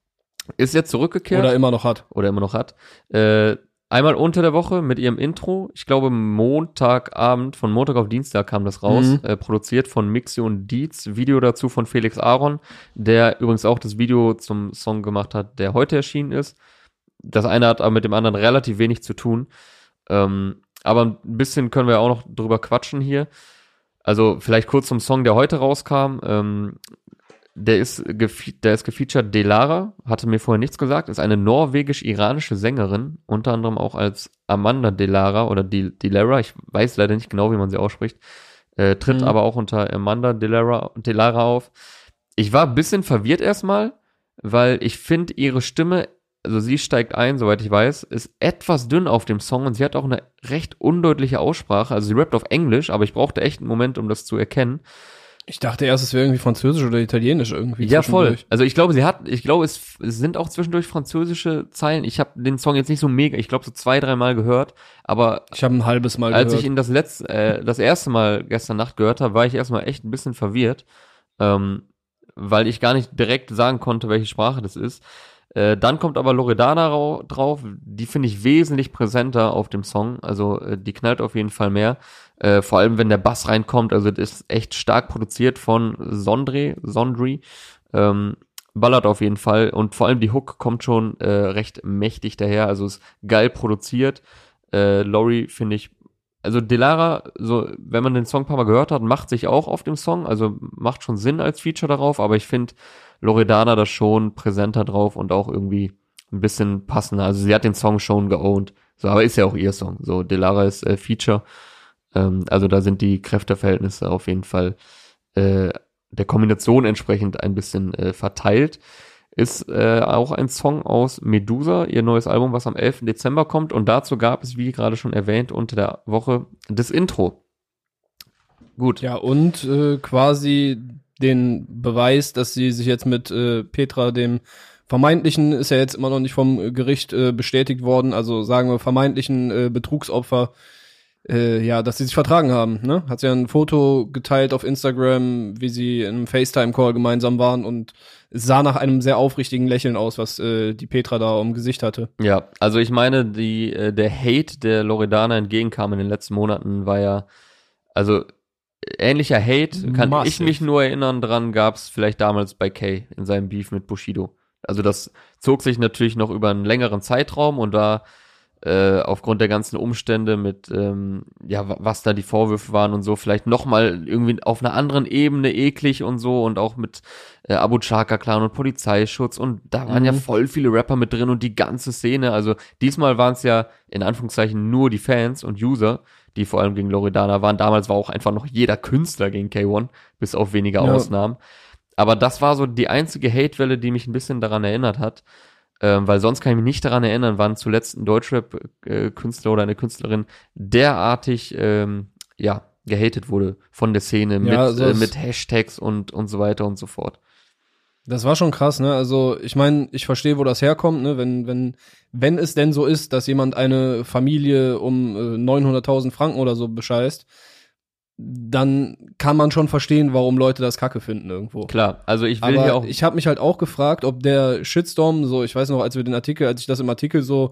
Ist jetzt zurückgekehrt. Oder immer noch hat. oder immer noch hat. Äh, einmal unter der Woche mit ihrem Intro. Ich glaube, Montagabend, von Montag auf Dienstag kam das raus. Mhm. Äh, produziert von Mixi und Dietz. Video dazu von Felix Aaron, der übrigens auch das Video zum Song gemacht hat, der heute erschienen ist. Das eine hat aber mit dem anderen relativ wenig zu tun. Ähm, aber ein bisschen können wir auch noch drüber quatschen hier. Also vielleicht kurz zum Song, der heute rauskam. Ähm, Der ist, gefe- der ist gefeatured Delara, hatte mir vorher nichts gesagt, ist eine norwegisch-iranische Sängerin, unter anderem auch als Amanda Delara oder Di- Delara, ich weiß leider nicht genau, wie man sie ausspricht, äh, tritt Mhm. aber auch unter Amanda Delara, Delara auf. Ich war ein bisschen verwirrt erstmal, weil ich finde ihre Stimme, also sie steigt ein, soweit ich weiß, ist etwas dünn auf dem Song und sie hat auch eine recht undeutliche Aussprache, also sie rappt auf Englisch, aber ich brauchte echt einen Moment, um das zu erkennen. Ich dachte erst, es wäre irgendwie Französisch oder Italienisch irgendwie. Ja, voll. zwischendurch. Also ich glaube, sie hat, ich glaube, es, es sind auch zwischendurch französische Zeilen. Ich habe den Song jetzt nicht so mega, ich glaube so zwei, dreimal gehört, aber Ich habe ein halbes Mal als gehört. ich ihn das letzte, äh, das erste Mal gestern Nacht gehört habe, war ich erstmal echt ein bisschen verwirrt, ähm, weil ich gar nicht direkt sagen konnte, welche Sprache das ist. Äh, dann kommt aber Loredana rau- drauf, die finde ich wesentlich präsenter auf dem Song, also äh, die knallt auf jeden Fall mehr. Äh, vor allem, wenn der Bass reinkommt, also das ist echt stark produziert von Sondre, Sondri, ähm, ballert auf jeden Fall und vor allem die Hook kommt schon äh, recht mächtig daher, also ist geil produziert. Äh, Lori finde ich, also Delara, so wenn man den Song ein paar Mal gehört hat, macht sich auch auf dem Song, also macht schon Sinn als Feature darauf, aber ich finde Loredana da schon präsenter drauf und auch irgendwie ein bisschen passender, also sie hat den Song schon geowned, so, aber ist ja auch ihr Song, so Delara ist äh, Feature. Also da sind die Kräfteverhältnisse auf jeden Fall äh, der Kombination entsprechend ein bisschen äh, verteilt. Ist äh, auch ein Song aus Medusa, ihr neues Album, was am elften Dezember kommt. Und dazu gab es, wie gerade schon erwähnt, unter der Woche das Intro. Gut. Ja, und äh, quasi den Beweis, dass sie sich jetzt mit äh, Petra, dem vermeintlichen, ist ja jetzt immer noch nicht vom Gericht äh, bestätigt worden, also sagen wir vermeintlichen äh, Betrugsopfer, Äh, ja, dass sie sich vertragen haben, ne? Hat sie ja ein Foto geteilt auf Instagram, wie sie in einem FaceTime-Call gemeinsam waren und es sah nach einem sehr aufrichtigen Lächeln aus, was äh, die Petra da im Gesicht hatte. Ja, also ich meine, die äh, der Hate, der Loredana entgegenkam in den letzten Monaten, war ja, also ähnlicher Hate, kann Massiv. ich mich nur erinnern dran, gab es vielleicht damals bei Kay in seinem Beef mit Bushido. Also das zog sich natürlich noch über einen längeren Zeitraum und da äh, aufgrund der ganzen Umstände mit, ähm, ja, was da die Vorwürfe waren und so, vielleicht nochmal irgendwie auf einer anderen Ebene eklig und so und auch mit äh, Abu Chaka-Clan und Polizeischutz und da waren Mhm. ja voll viele Rapper mit drin und die ganze Szene, also diesmal waren es ja in Anführungszeichen nur die Fans und User, die vor allem gegen Loredana waren. Damals war auch einfach noch jeder Künstler gegen K eins, bis auf wenige Ja. Ausnahmen. Aber das war so die einzige Hatewelle, die mich ein bisschen daran erinnert hat. Ähm, weil sonst kann ich mich nicht daran erinnern, wann zuletzt ein Deutschrap-Künstler oder eine Künstlerin derartig ähm, ja, gehatet wurde von der Szene mit, Ja, also äh, es- mit Hashtags und, und so weiter und so fort. Das war schon krass, ne? Also ich meine, ich verstehe, wo das herkommt, ne? Wenn wenn wenn es denn so ist, dass jemand eine Familie um äh, neunhunderttausend Franken oder so bescheißt, dann kann man schon verstehen, warum Leute das Kacke finden irgendwo. Klar, also ich will hier Aber auch... ich habe mich halt auch gefragt, ob der Shitstorm, so ich weiß noch, als wir den Artikel, als ich das im Artikel so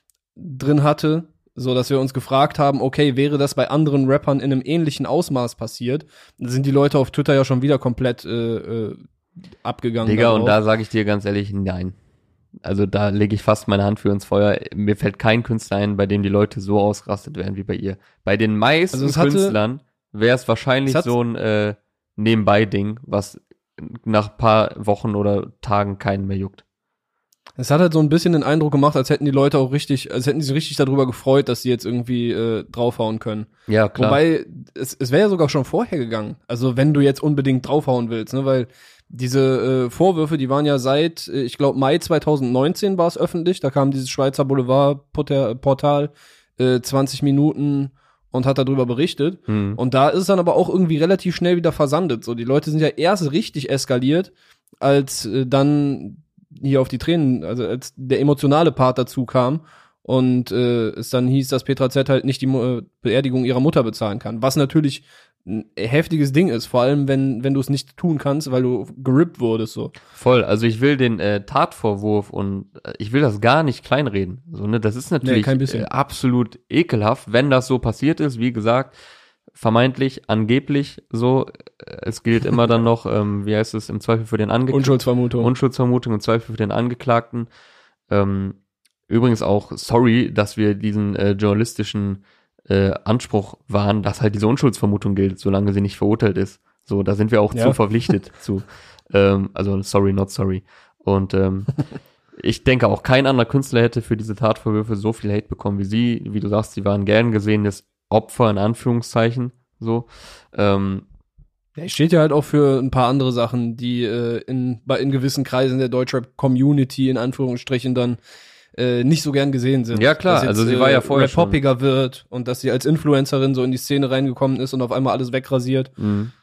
drin hatte, so dass wir uns gefragt haben, okay, wäre das bei anderen Rappern in einem ähnlichen Ausmaß passiert, dann sind die Leute auf Twitter ja schon wieder komplett äh, äh, abgegangen. Digga, darauf. und da sage ich dir ganz ehrlich, nein. Also da lege ich fast meine Hand für ins Feuer. Mir fällt kein Künstler ein, bei dem die Leute so ausgerastet werden wie bei ihr. Bei den meisten Also es hatte- Künstlern wäre es wahrscheinlich Es hat- so ein äh, Nebenbei-Ding, was nach paar Wochen oder Tagen keinen mehr juckt. Es hat halt so ein bisschen den Eindruck gemacht, als hätten die Leute auch richtig, als hätten sie sich richtig darüber gefreut, dass sie jetzt irgendwie äh, draufhauen können. Ja, klar. Wobei, es, es wäre ja sogar schon vorher gegangen. Also wenn du jetzt unbedingt draufhauen willst, ne, weil diese äh, Vorwürfe, die waren ja seit, äh, ich glaube, Mai zweitausendneunzehn war es öffentlich, da kam dieses Schweizer Boulevard-Portal äh, zwanzig Minuten und hat darüber berichtet. Hm. Und da ist es dann aber auch irgendwie relativ schnell wieder versandet. So, die Leute sind ja erst richtig eskaliert, als äh, dann hier auf die Tränen, also als der emotionale Part dazu kam und äh, es dann hieß, dass Petra Z halt nicht die Mo- Beerdigung ihrer Mutter bezahlen kann. Was natürlich ein heftiges Ding ist, vor allem wenn wenn du es nicht tun kannst, weil du gerippt wurdest so. Voll, also ich will den äh, Tatvorwurf und äh, ich will das gar nicht kleinreden. So, ne, das ist natürlich kein bisschen. äh, absolut ekelhaft, wenn das so passiert ist, wie gesagt, vermeintlich, angeblich so. Äh, es gilt immer dann noch, ähm, wie heißt es, im Zweifel für den Angeklagten. Unschuldsvermutung. Unschuldsvermutung, im Zweifel für den Angeklagten. Ähm, übrigens auch sorry, dass wir diesen äh, journalistischen äh, Anspruch wahren, dass halt diese Unschuldsvermutung gilt, solange sie nicht verurteilt ist. So, da sind wir auch Ja. zu verpflichtet zu. Ähm, also sorry, not sorry. Und ähm, ich denke auch, kein anderer Künstler hätte für diese Tatvorwürfe so viel Hate bekommen wie sie. Wie du sagst, sie waren gern gesehenes Opfer in Anführungszeichen. So. Ähm, Ja, ich steht ja halt auch für ein paar andere Sachen, die äh, in, bei, in gewissen Kreisen der Deutschrap-Community in Anführungsstrichen dann äh, nicht so gern gesehen sind. Ja, klar, Dass jetzt, also sie war ja vorher Rap poppiger wird und dass sie als Influencerin so in die Szene reingekommen ist und auf einmal alles wegrasiert. Mhm.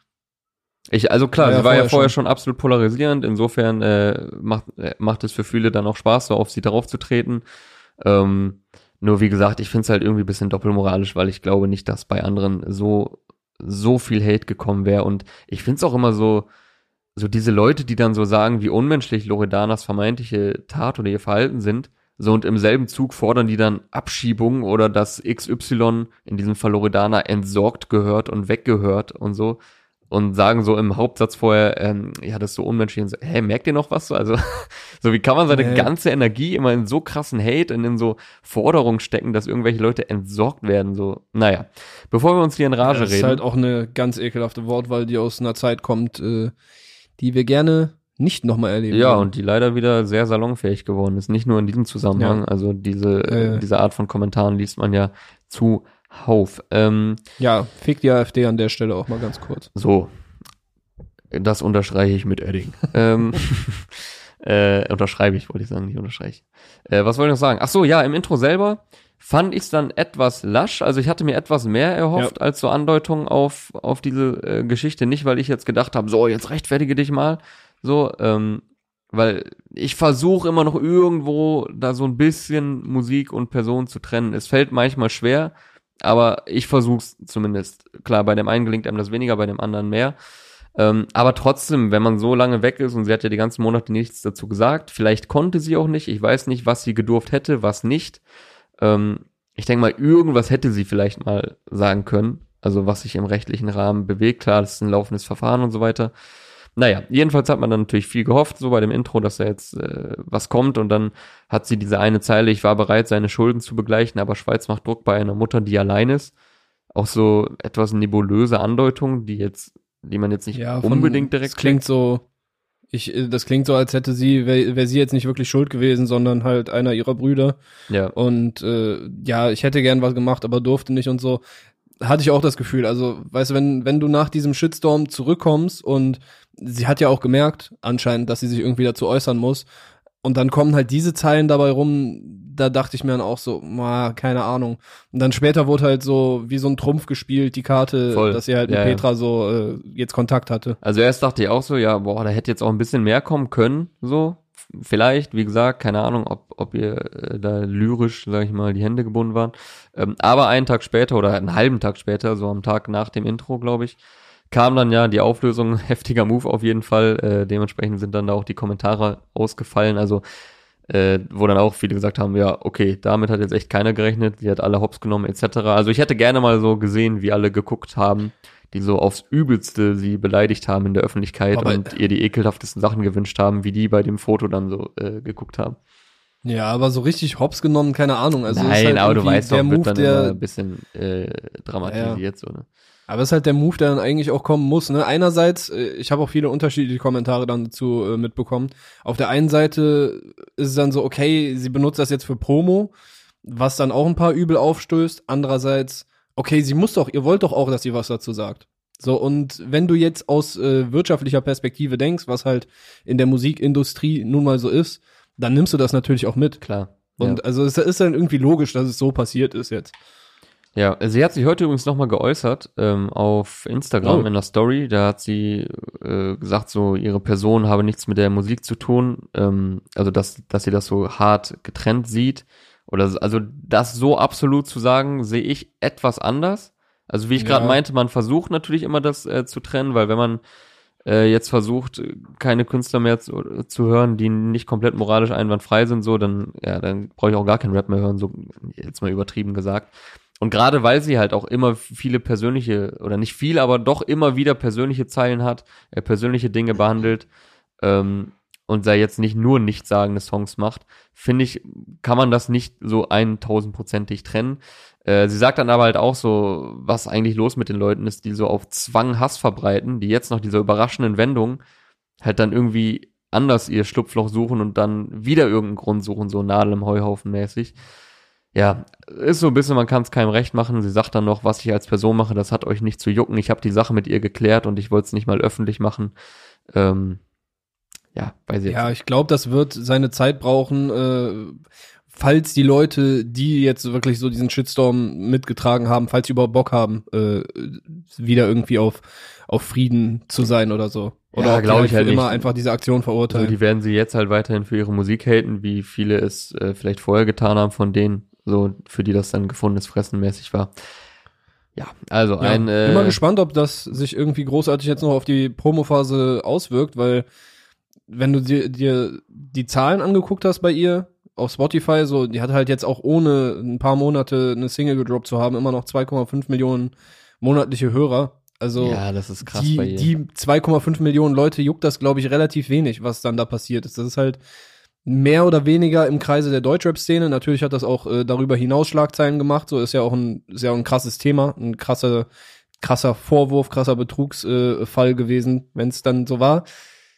Ich, also klar, War ja sie war ja vorher vorher schon. schon absolut polarisierend, insofern äh, macht, äh, macht es für viele dann auch Spaß, so auf sie darauf zu treten. Ähm, nur wie gesagt, ich finde es halt irgendwie ein bisschen doppelmoralisch, weil ich glaube nicht, dass bei anderen so so viel Hate gekommen wäre. Und ich finde es auch immer so, so diese Leute, die dann so sagen, wie unmenschlich Loredanas vermeintliche Tat oder ihr Verhalten sind, so und im selben Zug fordern die dann Abschiebung oder dass X Y, in diesem Fall Loredana, entsorgt gehört und weggehört und so. Und sagen so im Hauptsatz vorher, ähm, ja, das ist so unmenschlich. Und so, hä, merkt ihr noch was? So, also, so wie kann man seine Nee. ganze Energie immer in so krassen Hate und in so Forderungen stecken, dass irgendwelche Leute entsorgt werden? So, naja. Bevor wir uns hier in Rage Das ist reden. halt auch eine ganz ekelhafte Wortwahl, die aus einer Zeit kommt, äh, die wir gerne nicht nochmal erleben. Ja, würden. und die leider wieder sehr salonfähig geworden ist. Nicht nur in diesem Zusammenhang. Ja. Also diese, Äh. diese Art von Kommentaren liest man ja zuhauf. Ähm, Ja, fick die AfD an der Stelle auch mal ganz kurz. so. Das unterstreiche ich mit Edding. ähm, äh, unterschreibe ich, wollte ich sagen, nicht unterstreiche. Äh, was wollte ich noch sagen? Ach so, ja, im Intro selber fand ich es dann etwas lasch. Also ich hatte mir etwas mehr erhofft als so Andeutungen auf, auf diese äh, Geschichte. Nicht, weil ich jetzt gedacht habe, so, jetzt rechtfertige dich mal. So, ähm, weil ich versuche immer noch irgendwo da so ein bisschen Musik und Person zu trennen. Es fällt manchmal schwer, aber ich versuche es zumindest. Klar, bei dem einen gelingt einem das weniger, bei dem anderen mehr. Ähm, aber trotzdem, wenn man so lange weg ist und sie hat ja die ganzen Monate nichts dazu gesagt, vielleicht konnte sie auch nicht, ich weiß nicht, was sie gedurft hätte, was nicht. Ähm, ich denke mal, irgendwas hätte sie vielleicht mal sagen können, also was sich im rechtlichen Rahmen bewegt, klar, das ist ein laufendes Verfahren und so weiter. Naja, jedenfalls hat man dann natürlich viel gehofft, so bei dem Intro, dass da jetzt äh, was kommt und dann hat sie diese eine Zeile, ich war bereit, seine Schulden zu begleichen, aber Schweiz macht Druck bei einer Mutter, die allein ist. Auch so etwas nebulöse Andeutung, die jetzt, die man jetzt nicht Ja, von- unbedingt direkt Das klingt so, ich, äh, das klingt so, als hätte sie, wäre wär sie jetzt nicht wirklich schuld gewesen, sondern halt einer ihrer Brüder. Ja, Und äh, ja, ich hätte gern was gemacht, aber durfte nicht und so. Hatte ich auch das Gefühl. Also, weißt du, wenn, wenn du nach diesem Shitstorm zurückkommst und sie hat ja auch gemerkt, anscheinend, dass sie sich irgendwie dazu äußern muss. Und dann kommen halt diese Zeilen dabei rum, da dachte ich mir dann auch so, ma, keine Ahnung. Und dann später wurde halt so wie so ein Trumpf gespielt, die Karte, Voll. dass sie halt mit Ja, ja. Petra so äh, jetzt Kontakt hatte. also erst dachte ich auch so, ja, boah, da hätte jetzt auch ein bisschen mehr kommen können, so. F- Vielleicht, wie gesagt, keine Ahnung, ob, ob ihr äh, da lyrisch, sag ich mal, die Hände gebunden waren. Ähm, aber einen Tag später oder einen halben Tag später, so am Tag nach dem Intro, glaube ich, kam dann ja die Auflösung, heftiger Move auf jeden Fall. Äh, dementsprechend sind dann da auch die Kommentare ausgefallen. Also, äh, wo dann auch viele gesagt haben, ja, okay, damit hat jetzt echt keiner gerechnet, die hat alle hops genommen, et cetera. Also ich hätte gerne mal so gesehen, wie alle geguckt haben, die so aufs Übelste sie beleidigt haben in der Öffentlichkeit Aber- und ihr die ekelhaftesten Sachen gewünscht haben, wie die bei dem Foto dann so äh, geguckt haben. Ja, aber so richtig hops genommen, keine Ahnung. Also Nein, ist halt aber du irgendwie weißt der doch, Move, wird dann der, immer ein bisschen äh, dramatisiert. So, ne? Aber es ist halt der Move, der dann eigentlich auch kommen muss. Ne? Einerseits, äh, ich habe auch viele unterschiedliche Kommentare dann dazu äh, mitbekommen. Auf der einen Seite ist es dann so, okay, sie benutzt das jetzt für Promo, was dann auch ein paar übel aufstößt. Andererseits, okay, sie muss doch, ihr wollt doch auch, dass sie was dazu sagt. So, und wenn du jetzt aus äh, wirtschaftlicher Perspektive denkst, was halt in der Musikindustrie nun mal so ist, dann nimmst du das natürlich auch mit. Klar. Und ja. also es ist dann irgendwie logisch, dass es so passiert ist jetzt. Ja, sie hat sich heute übrigens nochmal geäußert ähm, auf Instagram Oh. in der Story. Da hat sie äh, gesagt, so ihre Person habe nichts mit der Musik zu tun. Ähm, also dass dass sie das so hart getrennt sieht oder so- also das so absolut zu sagen, sehe ich etwas anders. Also wie ich gerade Ja. meinte, man versucht natürlich immer das äh, zu trennen, weil wenn man äh, jetzt versucht, keine Künstler mehr zu, zu hören, die nicht komplett moralisch einwandfrei sind, so dann ja, dann brauche ich auch gar keinen Rap mehr hören, so jetzt mal übertrieben gesagt. Und gerade weil sie halt auch immer viele persönliche, oder nicht viel, aber doch immer wieder persönliche Zeilen hat, äh, persönliche Dinge behandelt ähm, und sei jetzt nicht nur nichtssagende Songs macht, finde ich, kann man das nicht so eintausendprozentig trennen. Äh, sie sagt dann aber halt auch so, was eigentlich los mit den Leuten ist, die so auf Zwang Hass verbreiten, die jetzt nach dieser überraschenden Wendung halt dann irgendwie anders ihr Schlupfloch suchen und dann wieder irgendeinen Grund suchen, so Nadel im Heuhaufen mäßig. Ja, ist so ein bisschen, man kann es keinem recht machen. Sie sagt dann noch, was ich als Person mache, das hat euch nicht zu jucken. Ich habe die Sache mit ihr geklärt und ich wollte es nicht mal öffentlich machen. Ähm, ja, weiß ich Ja, jetzt. ich glaube, das wird seine Zeit brauchen, äh, falls die Leute, die jetzt wirklich so diesen Shitstorm mitgetragen haben, falls sie überhaupt Bock haben, äh, wieder irgendwie auf, auf Frieden zu sein oder so. Oder Ja, ob die glaub ich für halt immer nicht. einfach diese Aktion Also verurteilen. die werden sie jetzt halt weiterhin für ihre Musik haten, wie viele es äh, vielleicht vorher getan haben von denen, so für die das dann gefundenes Fressen mäßig war. Ja, also Ja, ein bin mal äh, gespannt, ob das sich irgendwie großartig jetzt noch auf die Promophase auswirkt, weil wenn du dir, dir die Zahlen angeguckt hast bei ihr auf Spotify, so, die hat halt jetzt auch ohne ein paar Monate eine Single gedroppt zu haben, immer noch zwei Komma fünf Millionen monatliche Hörer. Also ja, das ist krass bei die, ihr. die zwei Komma fünf Millionen Leute juckt das, glaube ich, relativ wenig, was dann da passiert ist. Das ist halt mehr oder weniger im Kreise der Deutschrap-Szene. Natürlich hat das auch äh, darüber hinaus Schlagzeilen gemacht. So ist ja auch ein, ist ja auch ein krasses Thema, ein krasser, krasser Vorwurf, krasser Betrugsfall äh, Fall gewesen, wenn es dann so war.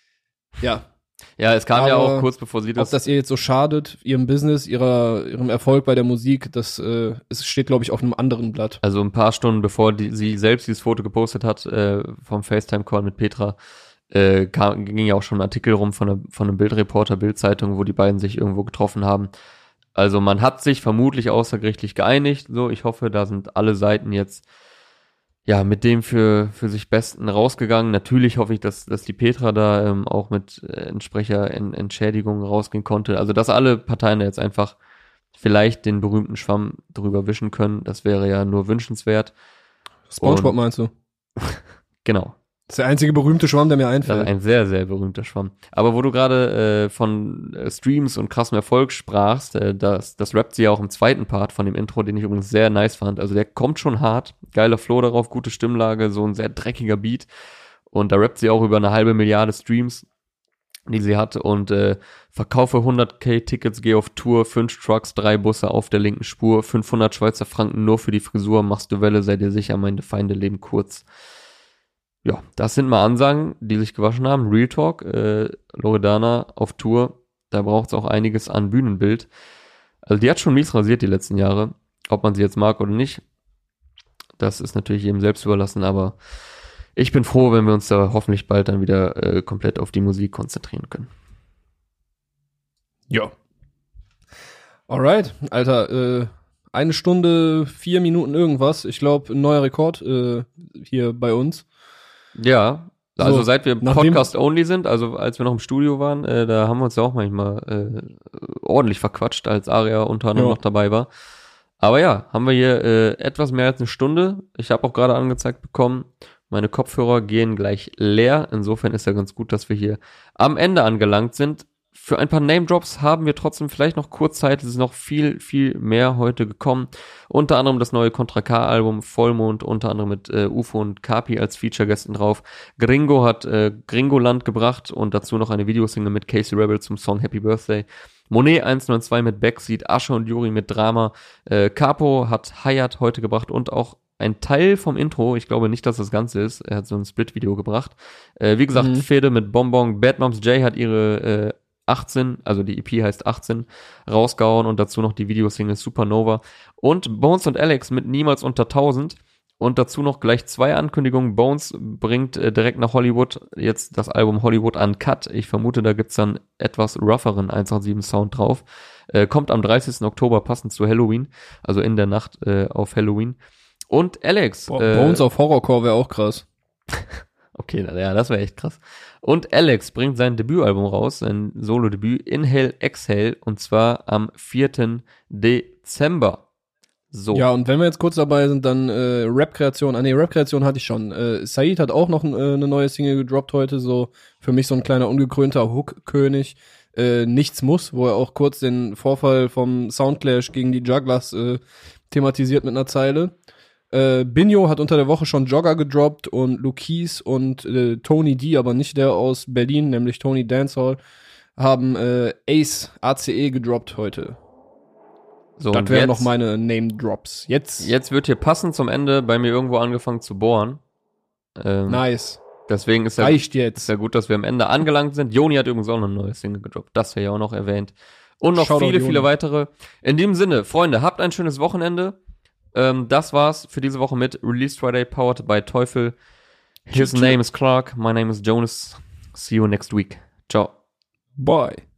Ja, Ja, es kam ja Aber auch kurz bevor sie ob das, das ihr jetzt so schadet, ihrem Business, ihrer, ihrem Erfolg bei der Musik, das äh, es steht, glaube ich, auf einem anderen Blatt. also ein paar Stunden bevor die, sie selbst dieses Foto gepostet hat, äh, vom FaceTime-Call mit Petra, äh, kam, ging ja auch schon ein Artikel rum von, einer, von einem Bildreporter, Bildzeitung, wo die beiden sich irgendwo getroffen haben. Also man hat sich vermutlich außergerichtlich geeinigt, so, ich hoffe, da sind alle Seiten jetzt ja, mit dem für, für sich Besten rausgegangen. Natürlich hoffe ich, dass, dass die Petra da ähm, auch mit äh, entsprechender Ent- Entschädigung rausgehen konnte. Also, dass alle Parteien da jetzt einfach vielleicht den berühmten Schwamm drüber wischen können, das wäre ja nur wünschenswert. SpongeBob Und- meinst du? Genau. Das ist der einzige berühmte Schwamm, der mir Das ist einfällt. ein sehr, sehr berühmter Schwamm. Aber wo du gerade äh, von äh, Streams und krassem Erfolg sprachst, äh, das, das rappt sie ja auch im zweiten Part von dem Intro, den ich übrigens sehr nice fand. Also der kommt schon hart, geiler Flow darauf, gute Stimmlage, so ein sehr dreckiger Beat. Und da rappt sie auch über eine halbe Milliarde Streams, die sie hat. Und äh, verkaufe hunderttausend Tickets, gehe auf Tour, fünf Trucks, drei Busse auf der linken Spur, fünfhundert Schweizer Franken nur für die Frisur, machst du Welle, sei dir sicher, meine Feinde leben kurz. Ja, das sind mal Ansagen, die sich gewaschen haben. Real Talk, äh, Loredana auf Tour, da braucht es auch einiges an Bühnenbild. Also die hat schon mies rasiert die letzten Jahre, ob man sie jetzt mag oder nicht. Das ist natürlich jedem selbst überlassen, aber ich bin froh, wenn wir uns da hoffentlich bald dann wieder äh, komplett auf die Musik konzentrieren können. Ja. Alright, Alter, äh, eine Stunde, vier Minuten irgendwas. Ich glaube, ein neuer Rekord äh, hier bei uns. Ja, also So, seit wir nachdem- Podcast-only sind, also als wir noch im Studio waren, äh, da haben wir uns ja auch manchmal äh, ordentlich verquatscht, als Aria unter anderem Ja. noch dabei war. Aber ja, haben wir hier äh, etwas mehr als eine Stunde. Ich habe auch gerade angezeigt bekommen, meine Kopfhörer gehen gleich leer. Insofern ist ja ganz gut, dass wir hier am Ende angelangt sind. Für ein paar Name-Drops haben wir trotzdem vielleicht noch kurz Zeit. Es ist noch viel, viel mehr heute gekommen. Unter anderem das neue Contra K-Album Vollmond, unter anderem mit äh, U F O und Kapi als Feature-Gästen drauf. Gringo hat äh, Gringoland gebracht und dazu noch eine Videosingle mit Casey Rebel zum Song Happy Birthday. Monet eins neun zwei mit Backseat, Asche und Juri mit Drama. Äh, Capo hat Hayat heute gebracht und auch ein Teil vom Intro, ich glaube nicht, dass das Ganze ist, er hat so ein Split-Video gebracht. Äh, wie gesagt, Mhm. Fede mit Bonbon, Bad Moms J hat ihre äh, achtzehn, also die E P heißt achtzehn, rausgehauen und dazu noch die Videosingle Supernova. Und Bones und Alex mit Niemals unter tausend. Und dazu noch gleich zwei Ankündigungen. Bones bringt äh, direkt nach Hollywood jetzt das Album Hollywood Uncut. Ich vermute, da gibt's dann etwas rougheren eins acht sieben Sound drauf. Äh, kommt am dreißigsten Oktober passend zu Halloween, also in der Nacht äh, auf Halloween. Und Alex. Boah, äh, Bones auf Horrorcore wäre auch krass. Okay, na, ja, das wäre echt krass. Und Alex bringt sein Debütalbum raus, sein Solo-Debüt Inhale Exhale, und zwar am vierten Dezember. So. Ja, und wenn wir jetzt kurz dabei sind, dann äh, Rap-Kreation. Ah nee, Rap-Kreation hatte ich schon. Äh, Said hat auch noch äh, eine neue Single gedroppt heute, so für mich so ein kleiner ungekrönter Hook-König. Äh, Nichts muss, wo er auch kurz den Vorfall vom Soundclash gegen die Jugglers äh, thematisiert mit einer Zeile. Äh, Binho hat unter der Woche schon Jogger gedroppt und Lukis und äh, Tony D, aber nicht der aus Berlin, nämlich Tony Dancehall, haben äh, Ace A C E gedroppt heute. so, Das und wären jetzt, noch meine Name-Drops. Jetzt, jetzt wird hier passend zum Ende bei mir irgendwo angefangen zu bohren. Ähm, nice. Deswegen ist ja, Reicht ist jetzt. ja gut, dass wir am Ende angelangt sind. Joni hat übrigens auch noch eine neue Single gedroppt. Das wäre ja auch noch erwähnt. Und noch Shoutout viele, Joni. viele weitere. In dem Sinne, Freunde, habt ein schönes Wochenende. Ähm, das war's für diese Woche mit Release Friday, powered by Teufel. His name is Clark, my name is Jonas. See you next week. Ciao. Bye.